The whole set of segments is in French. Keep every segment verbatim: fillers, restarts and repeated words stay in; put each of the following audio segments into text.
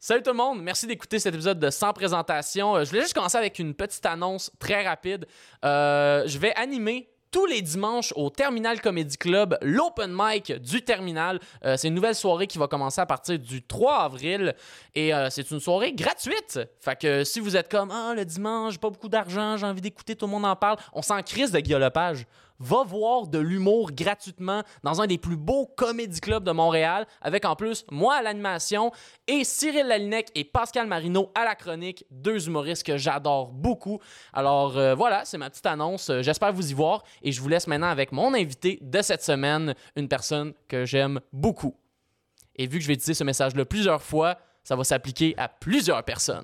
Salut tout le monde, merci d'écouter cet épisode de Sans présentation. Euh, je voulais juste commencer avec une petite annonce très rapide. Euh, je vais animer tous les dimanches au Terminal Comedy Club, l'open mic du Terminal. Euh, c'est une nouvelle soirée qui va commencer à partir du trois avril et euh, c'est une soirée gratuite. Fait que si vous êtes comme « Ah, le dimanche, j'ai pas beaucoup d'argent, j'ai envie d'écouter, tout le monde en parle », on s'en crisse de Guillaume Lepage. Va voir de l'humour gratuitement dans un des plus beaux comédie clubs de Montréal, avec en plus moi à l'animation et Cyril Lalinec et Pascal Marino à la chronique, deux humoristes que j'adore beaucoup. Alors euh, voilà, c'est ma petite annonce. J'espère vous y voir et je vous laisse maintenant avec mon invité de cette semaine, une personne que j'aime beaucoup. Et vu que je vais utiliser ce message-là plusieurs fois, ça va s'appliquer à plusieurs personnes.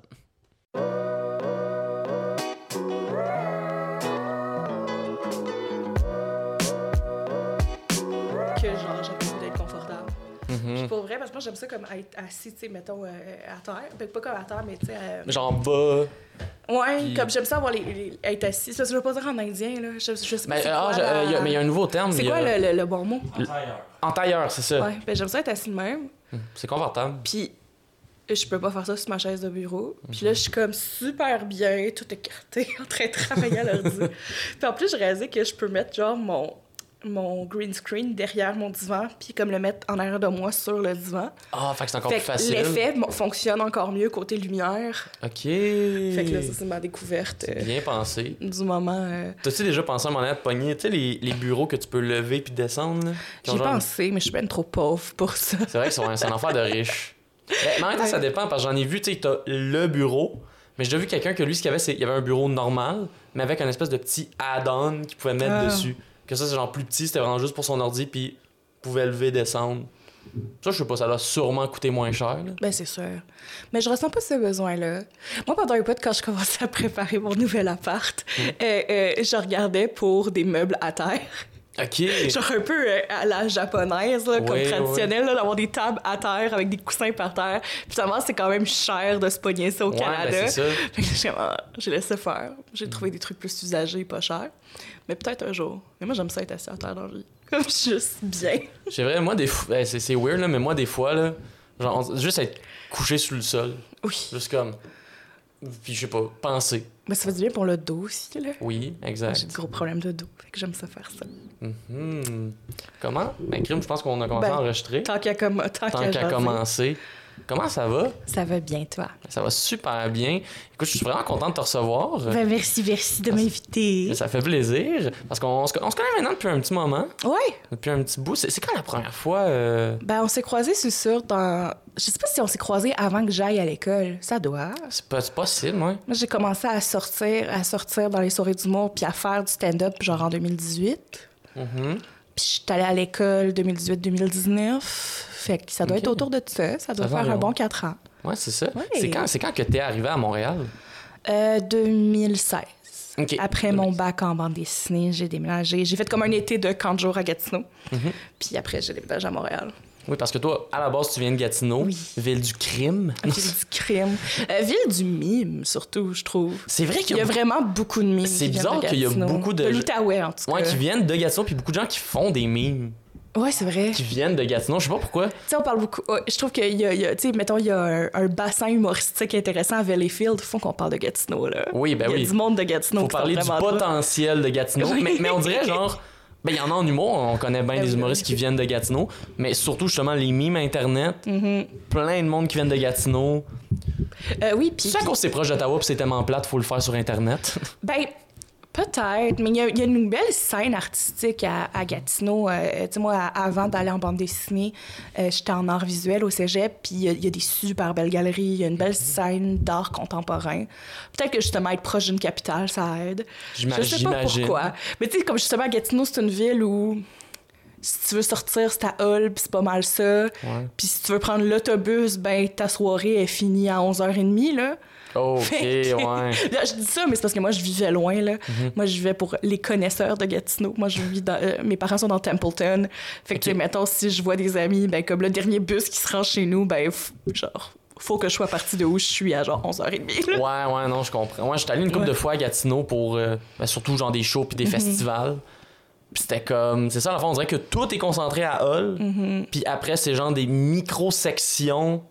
Puis pour vrai, parce que moi, j'aime ça comme être assis, tu sais, mettons, euh, à terre. Ben, pas comme à terre, mais tu sais... Euh... Genre bas. Ouais, puis... comme j'aime ça avoir les, les, être assis. Ça, je veux pas dire en indien, là. Je, je sais pas ben, c'est ah, quoi, je, la... euh, y a, mais il y a un nouveau terme. C'est quoi a... le, le, le bon mot? Entailleur. Entailleur, c'est ça. Ouais, ben j'aime ça être assis de même. C'est confortable. Puis je peux pas faire ça sur ma chaise de bureau. Puis là, je suis comme super bien, tout écarté, en train de travailler à l'ordi. Puis en plus, je réalisais que je peux mettre genre mon... mon green screen derrière mon divan, puis comme le mettre en arrière de moi sur le divan. Ah, fait que c'est encore fait plus facile. L'effet fonctionne encore mieux côté lumière. OK. Fait que là, ça, c'est ma découverte. C'est bien pensé. Euh, du moment. Euh... T'as-tu déjà pensé à un moment donné de pogner, tu sais, les, les bureaux que tu peux lever puis descendre, là? J'ai genre... pensé, mais je suis bien trop pauvre pour ça. C'est vrai que c'est un, c'est un affaire de riche. Mais en même temps, ça dépend, parce que j'en ai vu, tu sais, t'as le bureau, mais j'ai déjà vu quelqu'un que lui, ce qu'il avait, c'est qu'il y avait un bureau normal, mais avec un espèce de petit add-on qu'il pouvait mettre ah. dessus. Que ça, c'est genre plus petit, c'était vraiment juste pour son ordi, puis pouvait lever, descendre. Ça, je sais pas, ça doit sûrement coûter moins cher. Là. Ben, c'est sûr. Mais je ressens pas ce besoin-là. Moi, pendant un peu, quand je commençais à préparer mon nouvel appart, mm. euh, euh, je regardais pour des meubles à terre. OK. Genre un peu euh, à la japonaise, là, comme oui, traditionnelle, oui. là, d'avoir des tables à terre avec des coussins par terre. Puis finalement, c'est quand même cher de se pogner ça au ouais, Canada. Ben c'est ça. Fait que j'ai, j'ai laissé faire. J'ai mm. trouvé des trucs plus usagés, pas chers. Mais peut-être un jour. Mais moi, j'aime ça être assis à terre dans la vie. Comme juste bien. C'est vrai, moi, des fois... C'est, c'est weird, là, mais moi, des fois, là, genre, juste être couché sur le sol. Oui. Juste comme... Puis, je sais pas, penser. Mais ça fait du bien pour le dos aussi, là. Oui, exact. J'ai des gros problèmes de dos, fait que j'aime ça faire ça. Mm-hmm. Comment? Ben, Crime, je pense qu'on a commencé ben, à enregistrer. Tant qu'à, com- tant tant qu'à, qu'à commencer. Comment ça va? Ça va bien, toi? Ça va super bien. Écoute, je suis vraiment content de te recevoir. Ben, merci, merci de m'inviter. Ça fait plaisir. Parce qu'on se, on se connaît maintenant depuis un petit moment. Oui. Depuis un petit bout. C'est, c'est quand la première fois? Euh... Ben, on s'est croisés, c'est sûr, dans... Je sais pas si on s'est croisés avant que j'aille à l'école. Ça doit. C'est, pas, c'est possible, oui. Moi, j'ai commencé à sortir, à sortir dans les soirées d'humour puis à faire du stand-up, genre en deux mille dix-huit. Mm-hmm. Puis je suis allée à l'école deux mille dix-huit deux mille dix-neuf. Fait que ça doit okay. être autour de ça. Ça doit ça faire un bon quatre ans. Ouais, c'est ça. Ouais. C'est quand, c'est quand que t'es arrivée à Montréal? Euh, deux mille seize. Okay. Après mon bac en bande dessinée, j'ai déménagé. J'ai fait comme un été de camp de jour à Gatineau. Mm-hmm. Puis après, j'ai déménagé à Montréal. Oui, parce que toi, à la base, tu viens de Gatineau, oui. ville du crime. Ville du crime. Euh, ville du mime, surtout, je trouve. C'est vrai qu'il y a, il y a vraiment beaucoup de mimes. C'est bizarre qu'il y a beaucoup de... De l'Outaouais, en tout cas. Ouais, qui viennent de Gatineau, puis beaucoup de gens qui font des mimes. Ouais, c'est vrai. Qui viennent de Gatineau, je sais pas pourquoi. Tu sais, on parle beaucoup... Ouais, je trouve qu'il y a, il y a tu sais, mettons, il y a un, un bassin humoristique intéressant à Valleyfield. Faut qu'on parle de Gatineau, là. Oui, ben oui. Il y a du monde de Gatineau. Faut parler du potentiel de Gatineau. Oui. mais, mais on dirait, genre... Ben, il y en a en humour, on connaît bien ben des oui, humoristes oui. qui viennent de Gatineau, mais surtout, justement, les mimes Internet, mm-hmm. plein de monde qui viennent de Gatineau. Euh, oui, puis... C'est à cause que c'est proche d'Ottawa, puis c'est tellement plate, faut le faire sur Internet. Ben... Peut-être, mais il y, y a une belle scène artistique à, à Gatineau. Euh, tu sais, moi, avant d'aller en bande dessinée, euh, j'étais en art visuel au cégep, puis il y, y a des super belles galeries, il y a une belle scène d'art contemporain. Peut-être que, justement, être proche d'une capitale, ça aide. J'imagine. Je sais pas pourquoi. Mais tu sais, comme justement, Gatineau, c'est une ville où... Si tu veux sortir, c'est à Hull, puis c'est pas mal ça. Ouais. Puis si tu veux prendre l'autobus, ben ta soirée est finie à onze heures trente, là. OK, que, ouais. Là, je dis ça, mais c'est parce que moi, je vivais loin, là. Mm-hmm. Moi, je vivais pour les connaisseurs de Gatineau. Moi, je vis dans... Euh, mes parents sont dans Templeton. Fait que, okay. tu sais, mettons, si je vois des amis, ben comme le dernier bus qui se rend chez nous, ben, f- genre... faut que je sois partie de où je suis à genre onze heures trente. Là. Ouais, ouais, non, je comprends. Moi, j'étais allé une couple ouais. de fois à Gatineau pour... Euh, ben, surtout, genre, des shows puis des mm-hmm. festivals. Puis c'était comme... C'est ça, à la fin, on dirait que tout est concentré à Hull. Mm-hmm. Puis après, c'est genre des micro-sections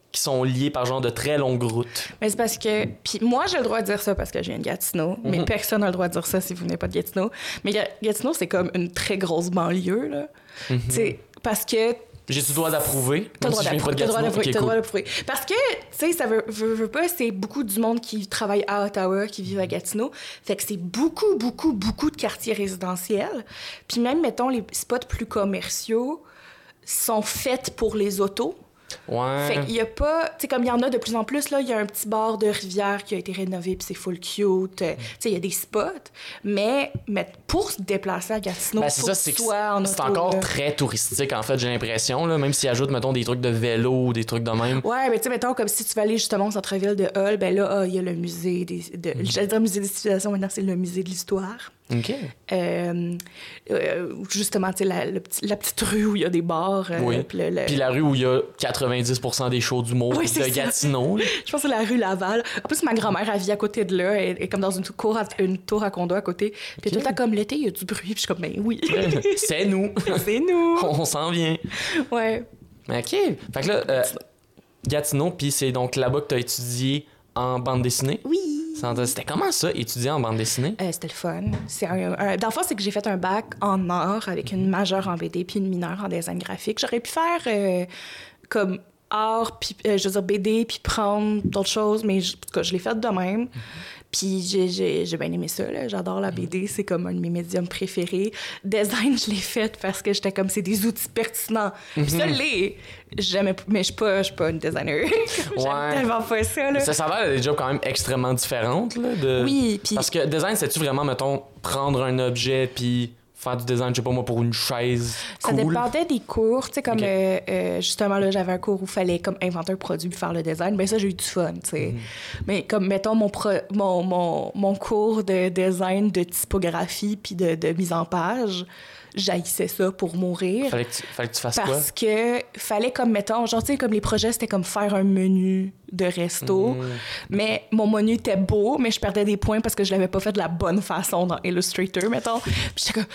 qui sont liés par genre de très longues routes. Mais c'est parce que... Puis moi, j'ai le droit de dire ça parce que je viens de Gatineau, mm-hmm. mais personne n'a le droit de dire ça si vous n'êtes pas de Gatineau. Mais Gatineau, c'est comme une très grosse banlieue, là. Mm-hmm. Tu sais, parce que... J'ai-tu le droit d'approuver? T'as le droit d'approuver. T'as okay, le cool. droit d'approuver. Parce que, tu sais, ça veut, veut, veut pas, c'est beaucoup du monde qui travaille à Ottawa, qui vit à Gatineau. Fait que c'est beaucoup, beaucoup, beaucoup de quartiers résidentiels. Puis même, mettons, les spots plus commerciaux sont faits pour les autos. Ouais. Fait qu'il y a pas... Tu sais, comme il y en a de plus en plus, là, il y a un petit bar de rivière qui a été rénové, puis c'est full cute. Tu sais, il y a des spots. Mais, mais pour se déplacer à Gatineau, ben, c'est ça, c'est, en c'est auto, encore là. très touristique, en fait, j'ai l'impression, là, même s'ils ajoutent, mettons, des trucs de vélo ou des trucs de même. Ouais, mais tu sais, mettons, comme si tu vas aller justement au centre-ville de Hull, ben là, il ah, y a le musée des... De, mm. J'allais dire musée des civilisations, maintenant, c'est le musée de l'histoire. OK. Euh, euh, justement, tu sais, la, la petite rue où il y a des bars. Euh, oui. Puis, le, le... puis la rue où il y a quatre-vingt-dix pour cent des shows d'humour oui, de Gatineau. Je pense que c'est la rue Laval. En plus, ma grand-mère, elle vit à côté de là. Elle est comme dans une, cour à, une tour à condo à côté. Puis okay. tout le temps, comme l'été, il y a du bruit. Puis je suis comme, ben oui. C'est nous. C'est nous. On s'en vient. Ouais. OK. Fait que là, euh, Gatineau, puis c'est donc là-bas que tu as étudié en bande dessinée? Oui. C'était comment ça, étudier en bande dessinée? Euh, c'était le fun. C'est un, un, dans le fond, c'est que j'ai fait un bac en art avec une majeure en B D puis une mineure en design graphique. J'aurais pu faire euh, comme art, puis, euh, je veux dire B D, puis prendre d'autres choses, mais je, en tout cas, je l'ai fait de même. Mm-hmm. Puis j'ai, j'ai, j'ai bien aimé ça, là. J'adore la B D, c'est comme un de mes médiums préférés. Design, je l'ai fait parce que j'étais comme, c'est des outils pertinents. Puis mm-hmm. ça l'est. J'aimais, mais je suis pas, je suis pas une designer. J'aime ouais. tellement pas ça, là. Ça, ça va des jobs quand même extrêmement différentes, là. De... Oui, puis... Parce que design, c'est-tu vraiment, mettons, prendre un objet, puis... faire du design, je sais pas moi, pour une chaise ça cool. dépendait des cours. Tu sais, comme okay. euh, euh, justement, là, j'avais un cours où il fallait comme inventer un produit puis faire le design. Ben ça, j'ai eu du fun, tu sais. Mm-hmm. Mais comme, mettons, mon, pro, mon, mon, mon cours de design, de typographie puis de, de mise en page, j'haïssais ça pour mourir. Fallait que tu, fallait que tu fasses parce quoi? Parce que fallait comme, mettons, genre, tu sais, comme les projets, c'était comme faire un menu de resto. Mm. Mais mon menu était beau, mais je perdais des points parce que je l'avais pas fait de la bonne façon dans Illustrator, mettons. Puis j'étais comme...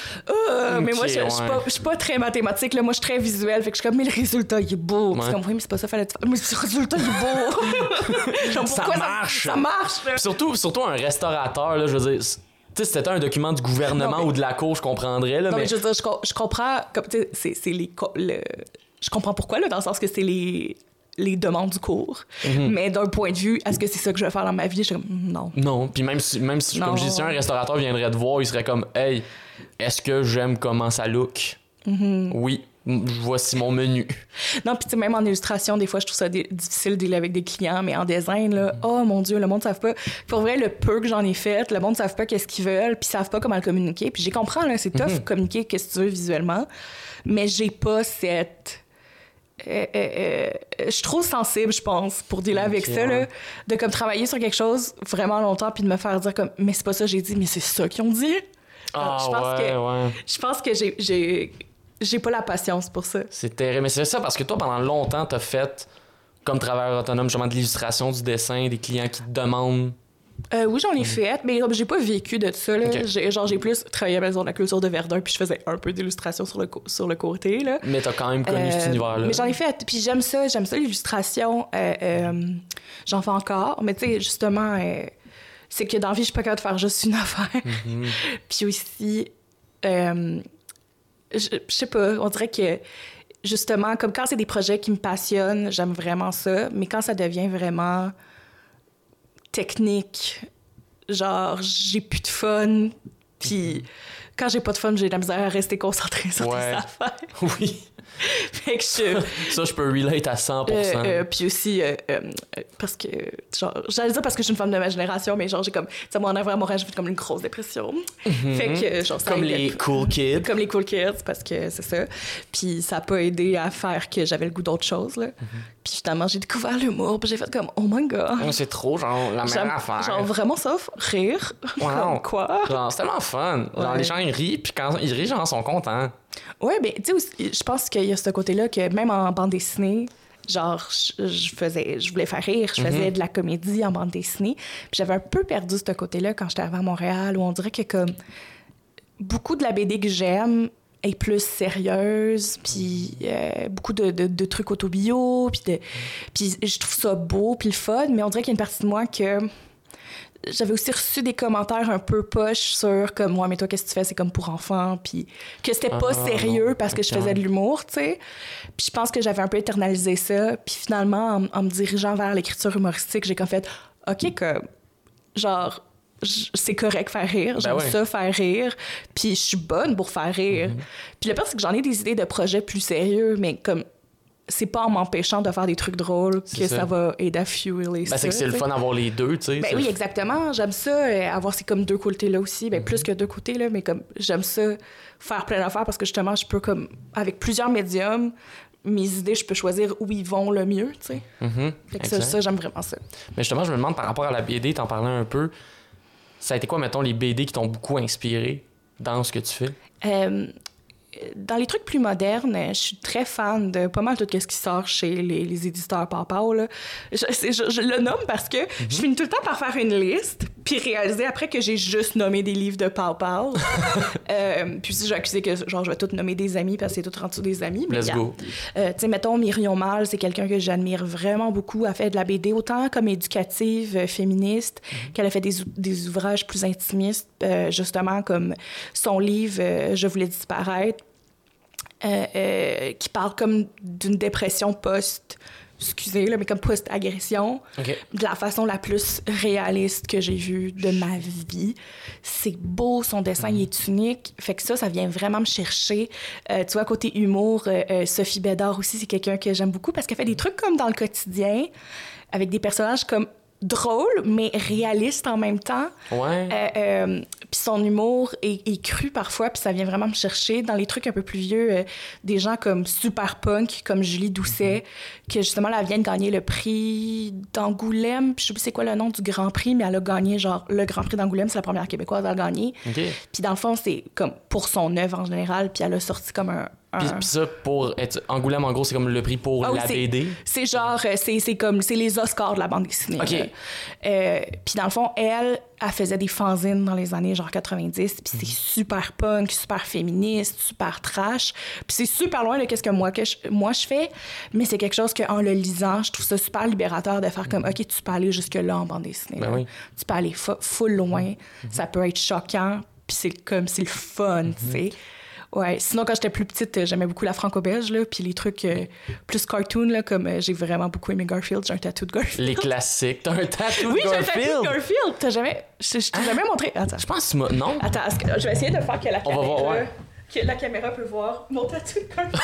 Euh, okay, mais moi, je, ouais. je, suis pas, je suis pas très mathématique, là. Moi, je suis très visuelle. Fait que je suis comme, mais le résultat, il est beau. Ouais. Puis comme, oui, mais c'est pas ça, fallait... Mais le résultat, il est beau. Genre, ça marche. Ça, ça marche, là. Surtout, surtout un restaurateur, là, je veux dire... Tu sais, si c'était un document du gouvernement non, mais... ou de la cour, je comprendrais, là, non, mais... mais je veux dire, je, je comprends... Comme, tu sais, c'est, c'est les... Le... Je comprends pourquoi, là, dans le sens que c'est les... les demandes du cours. Mm-hmm. Mais d'un point de vue, est-ce que c'est ça que je vais faire dans ma vie? Je suis comme, non. Non, puis même si, même si comme je dis, si un restaurateur viendrait te voir, il serait comme, hey, est-ce que j'aime comment ça look? Mm-hmm. Oui, voici mon menu. Non, puis tu sais, même en illustration, des fois, je trouve ça d- difficile de dealer avec des clients, mais en design, là, mm-hmm. oh mon Dieu, le monde ne savent pas. Pour vrai, le peu que j'en ai fait, le monde ne savent pas qu'est-ce qu'ils veulent, puis ils savent pas comment le communiquer. Puis j'ai compris, là, c'est tough mm-hmm. communiquer qu'est-ce que tu veux visuellement, mais j'ai pas cette... Euh, euh, euh, je suis trop sensible, je pense, pour dealer okay, avec ça, ouais. là, de comme travailler sur quelque chose vraiment longtemps puis de me faire dire comme, mais c'est pas ça que j'ai dit, mais c'est ça qu'ils ont dit. Ah, je pense ouais, que, ouais. Je pense que j'ai, j'ai, j'ai pas la patience pour ça. C'est terrible, mais c'est ça parce que toi, pendant longtemps, t'as fait comme travailleur autonome, justement, de l'illustration, du dessin, des clients qui te demandent... Euh, oui, j'en ai fait, mais j'ai pas vécu de ça. Là. Okay. J'ai, genre, j'ai plus travaillé à la Maison de la culture de Verdun, puis je faisais un peu d'illustration sur le, sur le côté. Là. Mais t'as quand même connu euh, cet univers-là. Mais j'en ai fait, puis j'aime ça, j'aime ça, l'illustration. Euh, euh, j'en fais encore, mais tu sais, justement, euh, c'est que dans la vie, je suis pas capable de faire juste une affaire. Mm-hmm. Puis aussi, euh, je sais pas, on dirait que, justement, comme quand c'est des projets qui me passionnent, j'aime vraiment ça, mais quand ça devient vraiment... technique, genre j'ai plus de fun, puis quand j'ai pas de fun, j'ai de la misère à rester concentrée sur ouais. des affaires. Oui. Fait que je... Ça, je peux relate à cent pour cent. Euh, euh, puis aussi, euh, euh, parce que, genre, j'allais dire parce que je suis une femme de ma génération, mais genre, j'ai comme, tu sais, moi, en avant, mon âge, j'ai fait comme une grosse dépression. Mm-hmm. Fait que, genre, ça Comme les cool kids. Comme les cool kids, parce que c'est ça. Puis ça a pas aidé à faire que j'avais le goût d'autre chose, là. Mm-hmm. Puis finalement, j'ai découvert l'humour, puis j'ai fait comme, oh my God. Oh, c'est trop, genre, la meilleure affaire. Genre, vraiment ça, rire. Wow. Comme quoi? Genre, c'est tellement fun. Genre, ouais. Les gens, ils rient, puis quand ils rient, genre, ils sont contents. Oui, bien, tu sais, je pense qu'il y a ce côté-là que même en bande dessinée, genre, je, je faisais, je voulais faire rire, je faisais mm-hmm. de la comédie en bande dessinée. Puis j'avais un peu perdu ce côté-là quand j'étais arrivée à Montréal, où on dirait que comme beaucoup de la B D que j'aime, est plus sérieuse, puis euh, beaucoup de, de, de trucs autobio, puis de, puis je trouve ça beau, puis le fun, mais on dirait qu'il y a une partie de moi que j'avais aussi reçu des commentaires un peu poches sur comme moi, mais toi, qu'est-ce que tu fais, c'est comme pour enfants, puis que c'était pas ah, sérieux non. parce que okay. je faisais de l'humour, tu sais. Puis je pense que j'avais un peu internalisé ça, puis finalement, en, en me dirigeant vers l'écriture humoristique, j'ai comme fait, OK, comme, genre, c'est correct faire rire, j'aime ben ouais. ça faire rire, puis je suis bonne pour faire rire. Mm-hmm. Puis le pire, c'est que j'en ai des idées de projets plus sérieux, mais comme c'est pas en m'empêchant de faire des trucs drôles c'est que ça. ça va aider à fueler ben, ça. C'est que c'est le fun d'avoir les deux, tu sais. Ben oui, le... exactement. J'aime ça, avoir ces comme deux côtés-là aussi. Ben mm-hmm. plus que deux côtés, là, mais comme j'aime ça faire plein d'affaires parce que justement, je peux comme, avec plusieurs médiums, mes idées, je peux choisir où ils vont le mieux, tu sais. Mm-hmm. Fait que ça, ça, j'aime vraiment ça. Mais justement, je me demande par rapport à la B D, t'en parlais un peu, ça a été quoi, mettons, les B D qui t'ont beaucoup inspiré dans ce que tu fais? Euh, dans les trucs plus modernes, je suis très fan de pas mal tout ce qui sort chez les, les éditeurs Pawpaw, là. Je, je, je le nomme parce que mm-hmm. je finis tout le temps par faire une liste puis réaliser après que j'ai juste nommé des livres de Pawpaw. euh, puis si j'ai accusé que genre, je vais tout nommer des amis parce que c'est tout rendu des amis. Let's go. Euh, tu sais, mettons, Myrion Mal, c'est quelqu'un que j'admire vraiment beaucoup. Elle a fait de la B D autant comme éducative, euh, féministe, mm-hmm. qu'elle a fait des, des ouvrages plus intimistes, euh, justement comme son livre euh, « Je voulais disparaître ». Euh, euh, qui parle comme d'une dépression post, excusez, là, mais comme post-agression, okay. de la façon la plus réaliste que j'ai vue de ma vie. C'est beau, son dessin, mm. il est unique. Fait que ça, ça vient vraiment me chercher. Euh, tu vois, côté humour, euh, euh, Sophie Bédard aussi, c'est quelqu'un que j'aime beaucoup parce qu'elle fait des trucs comme dans le quotidien, avec des personnages comme drôle, mais réaliste en même temps. Ouais. Euh, euh, puis son humour est, est cru parfois, puis ça vient vraiment me chercher. Dans les trucs un peu plus vieux, euh, des gens comme Super Punk, comme Julie Doucet, mm-hmm. que justement, elle vient de gagner le prix d'Angoulême. Puis je sais plus c'est quoi le nom du Grand Prix, mais elle a gagné, genre, le Grand Prix d'Angoulême. C'est la première Québécoise à le gagner. Okay. Puis dans le fond, c'est comme pour son œuvre en général, puis elle a sorti comme un... Puis, puis ça, pour être Angoulême, en gros, c'est comme le prix pour ah, la c'est, B D? C'est genre, c'est, c'est comme, c'est les Oscars de la bande dessinée. OK. Euh, puis dans le fond, elle, elle faisait des fanzines dans les années genre quatre-vingt-dix, puis c'est super punk, super féministe, super trash. Puis c'est super loin de qu'est-ce que moi, que je, moi je fais, mais c'est quelque chose qu'en le lisant, je trouve ça super libérateur de faire comme, OK, tu peux aller jusque-là en bande dessinée. Ben oui. Tu peux aller f- full loin, mm-hmm. ça peut être choquant, puis c'est comme, c'est le fun, mm-hmm. tu sais. Ouais, sinon, quand j'étais plus petite, j'aimais beaucoup la franco-belge, là, puis les trucs euh, plus cartoon, là, comme euh, j'ai vraiment beaucoup aimé Garfield. J'ai un tatou de Garfield. Les classiques. T'as un tatou oui, de Garfield? Oui, j'ai un tatou de Garfield. T'as jamais... Je, je t'ai ah, jamais montré... Attends. Je pense que non. Attends, que... je vais essayer de faire que la On caméra... va voir, ouais. Que la caméra peut voir mon tatou de Garfield.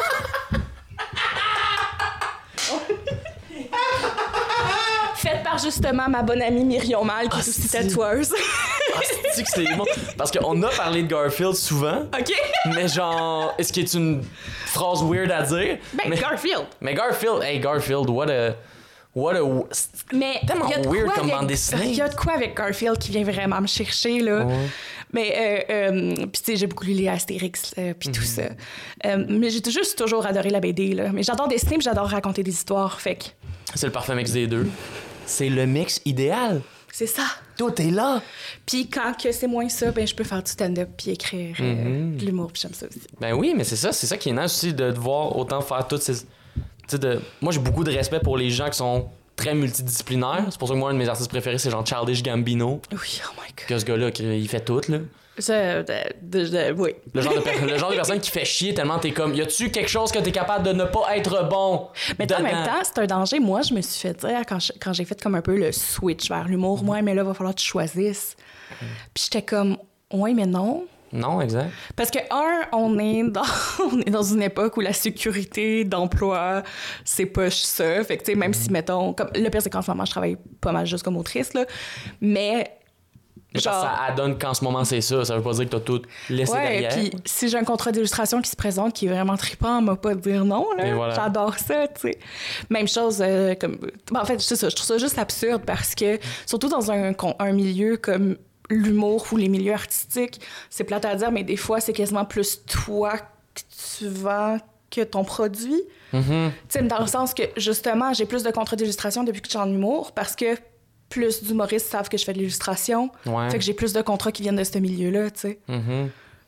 Faite par justement ma bonne amie Myrion Mal, qui ah, est aussi tatoueuse. Ah, c'est que c'est bon. Parce qu'on a parlé de Garfield souvent. OK. Mais genre, est-ce qu'il y a une phrase weird à dire? Ben, mais, Garfield. Mais Garfield, hey, Garfield, what a. What a. Mais tellement weird comme bande dessinée. Il y a de quoi avec Garfield qui vient vraiment me chercher, là. Ouais. Mais, euh, euh, puis tu sais, j'ai beaucoup lu les Astérix, euh, puis mm-hmm. tout ça. Euh, mais j'ai juste toujours adoré la B D, là. Mais j'adore dessiner, puis j'adore raconter des histoires, fait que... C'est le parfait mix des deux. C'est le mix idéal. C'est ça. Tout est là. Puis quand que c'est moins ça, ben je peux faire du stand-up puis écrire euh, mm-hmm. de l'humour, puis j'aime ça aussi. Ben oui, mais c'est ça, c'est ça qui est nice aussi de devoir autant faire toutes ces... Tu sais, de... Moi, j'ai beaucoup de respect pour les gens qui sont très multidisciplinaires. C'est pour ça que moi, un de mes artistes préférés, c'est genre Childish Gambino. Oui, oh my God. Que ce gars-là, il fait tout, là. Je, de, de, de, oui. Le genre, de per- le genre de personne qui fait chier tellement t'es comme, y a-tu quelque chose que t'es capable de ne pas être bon? Mais en même temps, c'est un danger. Moi, je me suis fait dire, quand, je, quand j'ai fait comme un peu le switch vers l'humour, mm-hmm. ouais, mais là, il va falloir que tu choisisses. Mm-hmm. Puis j'étais comme, ouais, mais non. Non, exact. Parce que, un, on est dans, on est dans une époque où la sécurité d'emploi, c'est pas ça. Fait que, tu sais, même mm-hmm. si, mettons, comme, le pire, c'est qu'en ce moment, je travaille pas mal juste comme autrice, là. Mais. Mais genre... ça donne qu'en ce moment c'est ça, ça veut pas dire que t'as tout laissé ouais, derrière. Puis si j'ai un contrat d'illustration qui se présente qui est vraiment trippant, on m'a pas dire non, là. Voilà. J'adore ça, tu sais. Même chose, euh, comme... Ben, en fait, c'est ça, je trouve ça juste absurde parce que, surtout dans un, un milieu comme l'humour ou les milieux artistiques, c'est plate à dire, mais des fois, c'est quasiment plus toi que tu vends que ton produit. Mm-hmm. Tu sais, dans le sens que, justement, j'ai plus de contrats d'illustration depuis que je suis en humour parce que plus d'humoristes savent que je fais de l'illustration. Ouais. Fait que j'ai plus de contrats qui viennent de ce milieu-là, tu sais. Mm-hmm.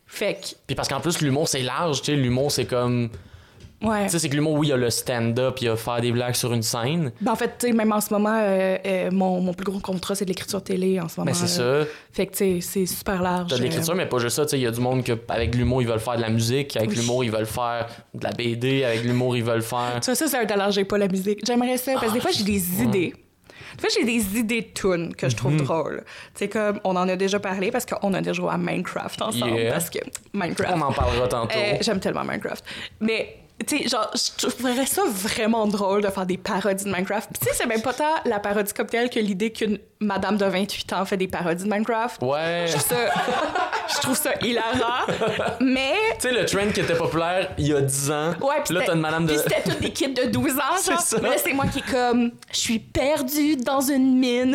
Fait que... Puis parce qu'en plus, l'humour, c'est large, tu sais, l'humour, c'est comme... Ouais. Tu sais, c'est que l'humour, oui, il y a le stand-up, il y a faire des blagues sur une scène. Ben, en fait, tu sais, même en ce moment, euh, euh, mon, mon plus gros contrat, c'est de l'écriture télé en ce moment. Mais c'est euh. ça. Fait que, tu sais, c'est super large. T'as de l'écriture, euh... mais pas juste ça. Tu sais, il y a du monde qui, avec l'humour, ils veulent faire de la musique. Avec oui. l'humour, ils veulent faire de la B D. Avec l'humour, ils veulent faire... Tu vois, ça, c'est un talent, j'ai pas la musique. J'aimerais ça, parce que des fois, j'ai des ouais. idées. Des fois, j'ai des idées de tunes que je trouve Mm-hmm. drôles. Tu sais, comme, on en a déjà parlé parce qu'on a déjà joué à Minecraft ensemble. Yeah. Parce que Minecraft... On en parlera tantôt. Euh, j'aime tellement Minecraft. Mais... Tu sais, genre, je trouverais ça vraiment drôle de faire des parodies de Minecraft. Puis tu sais, c'est même pas tant la parodie comme telle que l'idée qu'une madame de vingt-huit ans fait des parodies de Minecraft. Ouais. Je trouve ça, je trouve ça hilarant. Mais... Tu sais, le trend qui était populaire il y a dix ans. Ouais, pis là, t'as une madame de... Puis c'était toutes des kids de douze ans, C'est genre. ça. Mais là, c'est moi qui est comme... Je suis perdue dans une mine.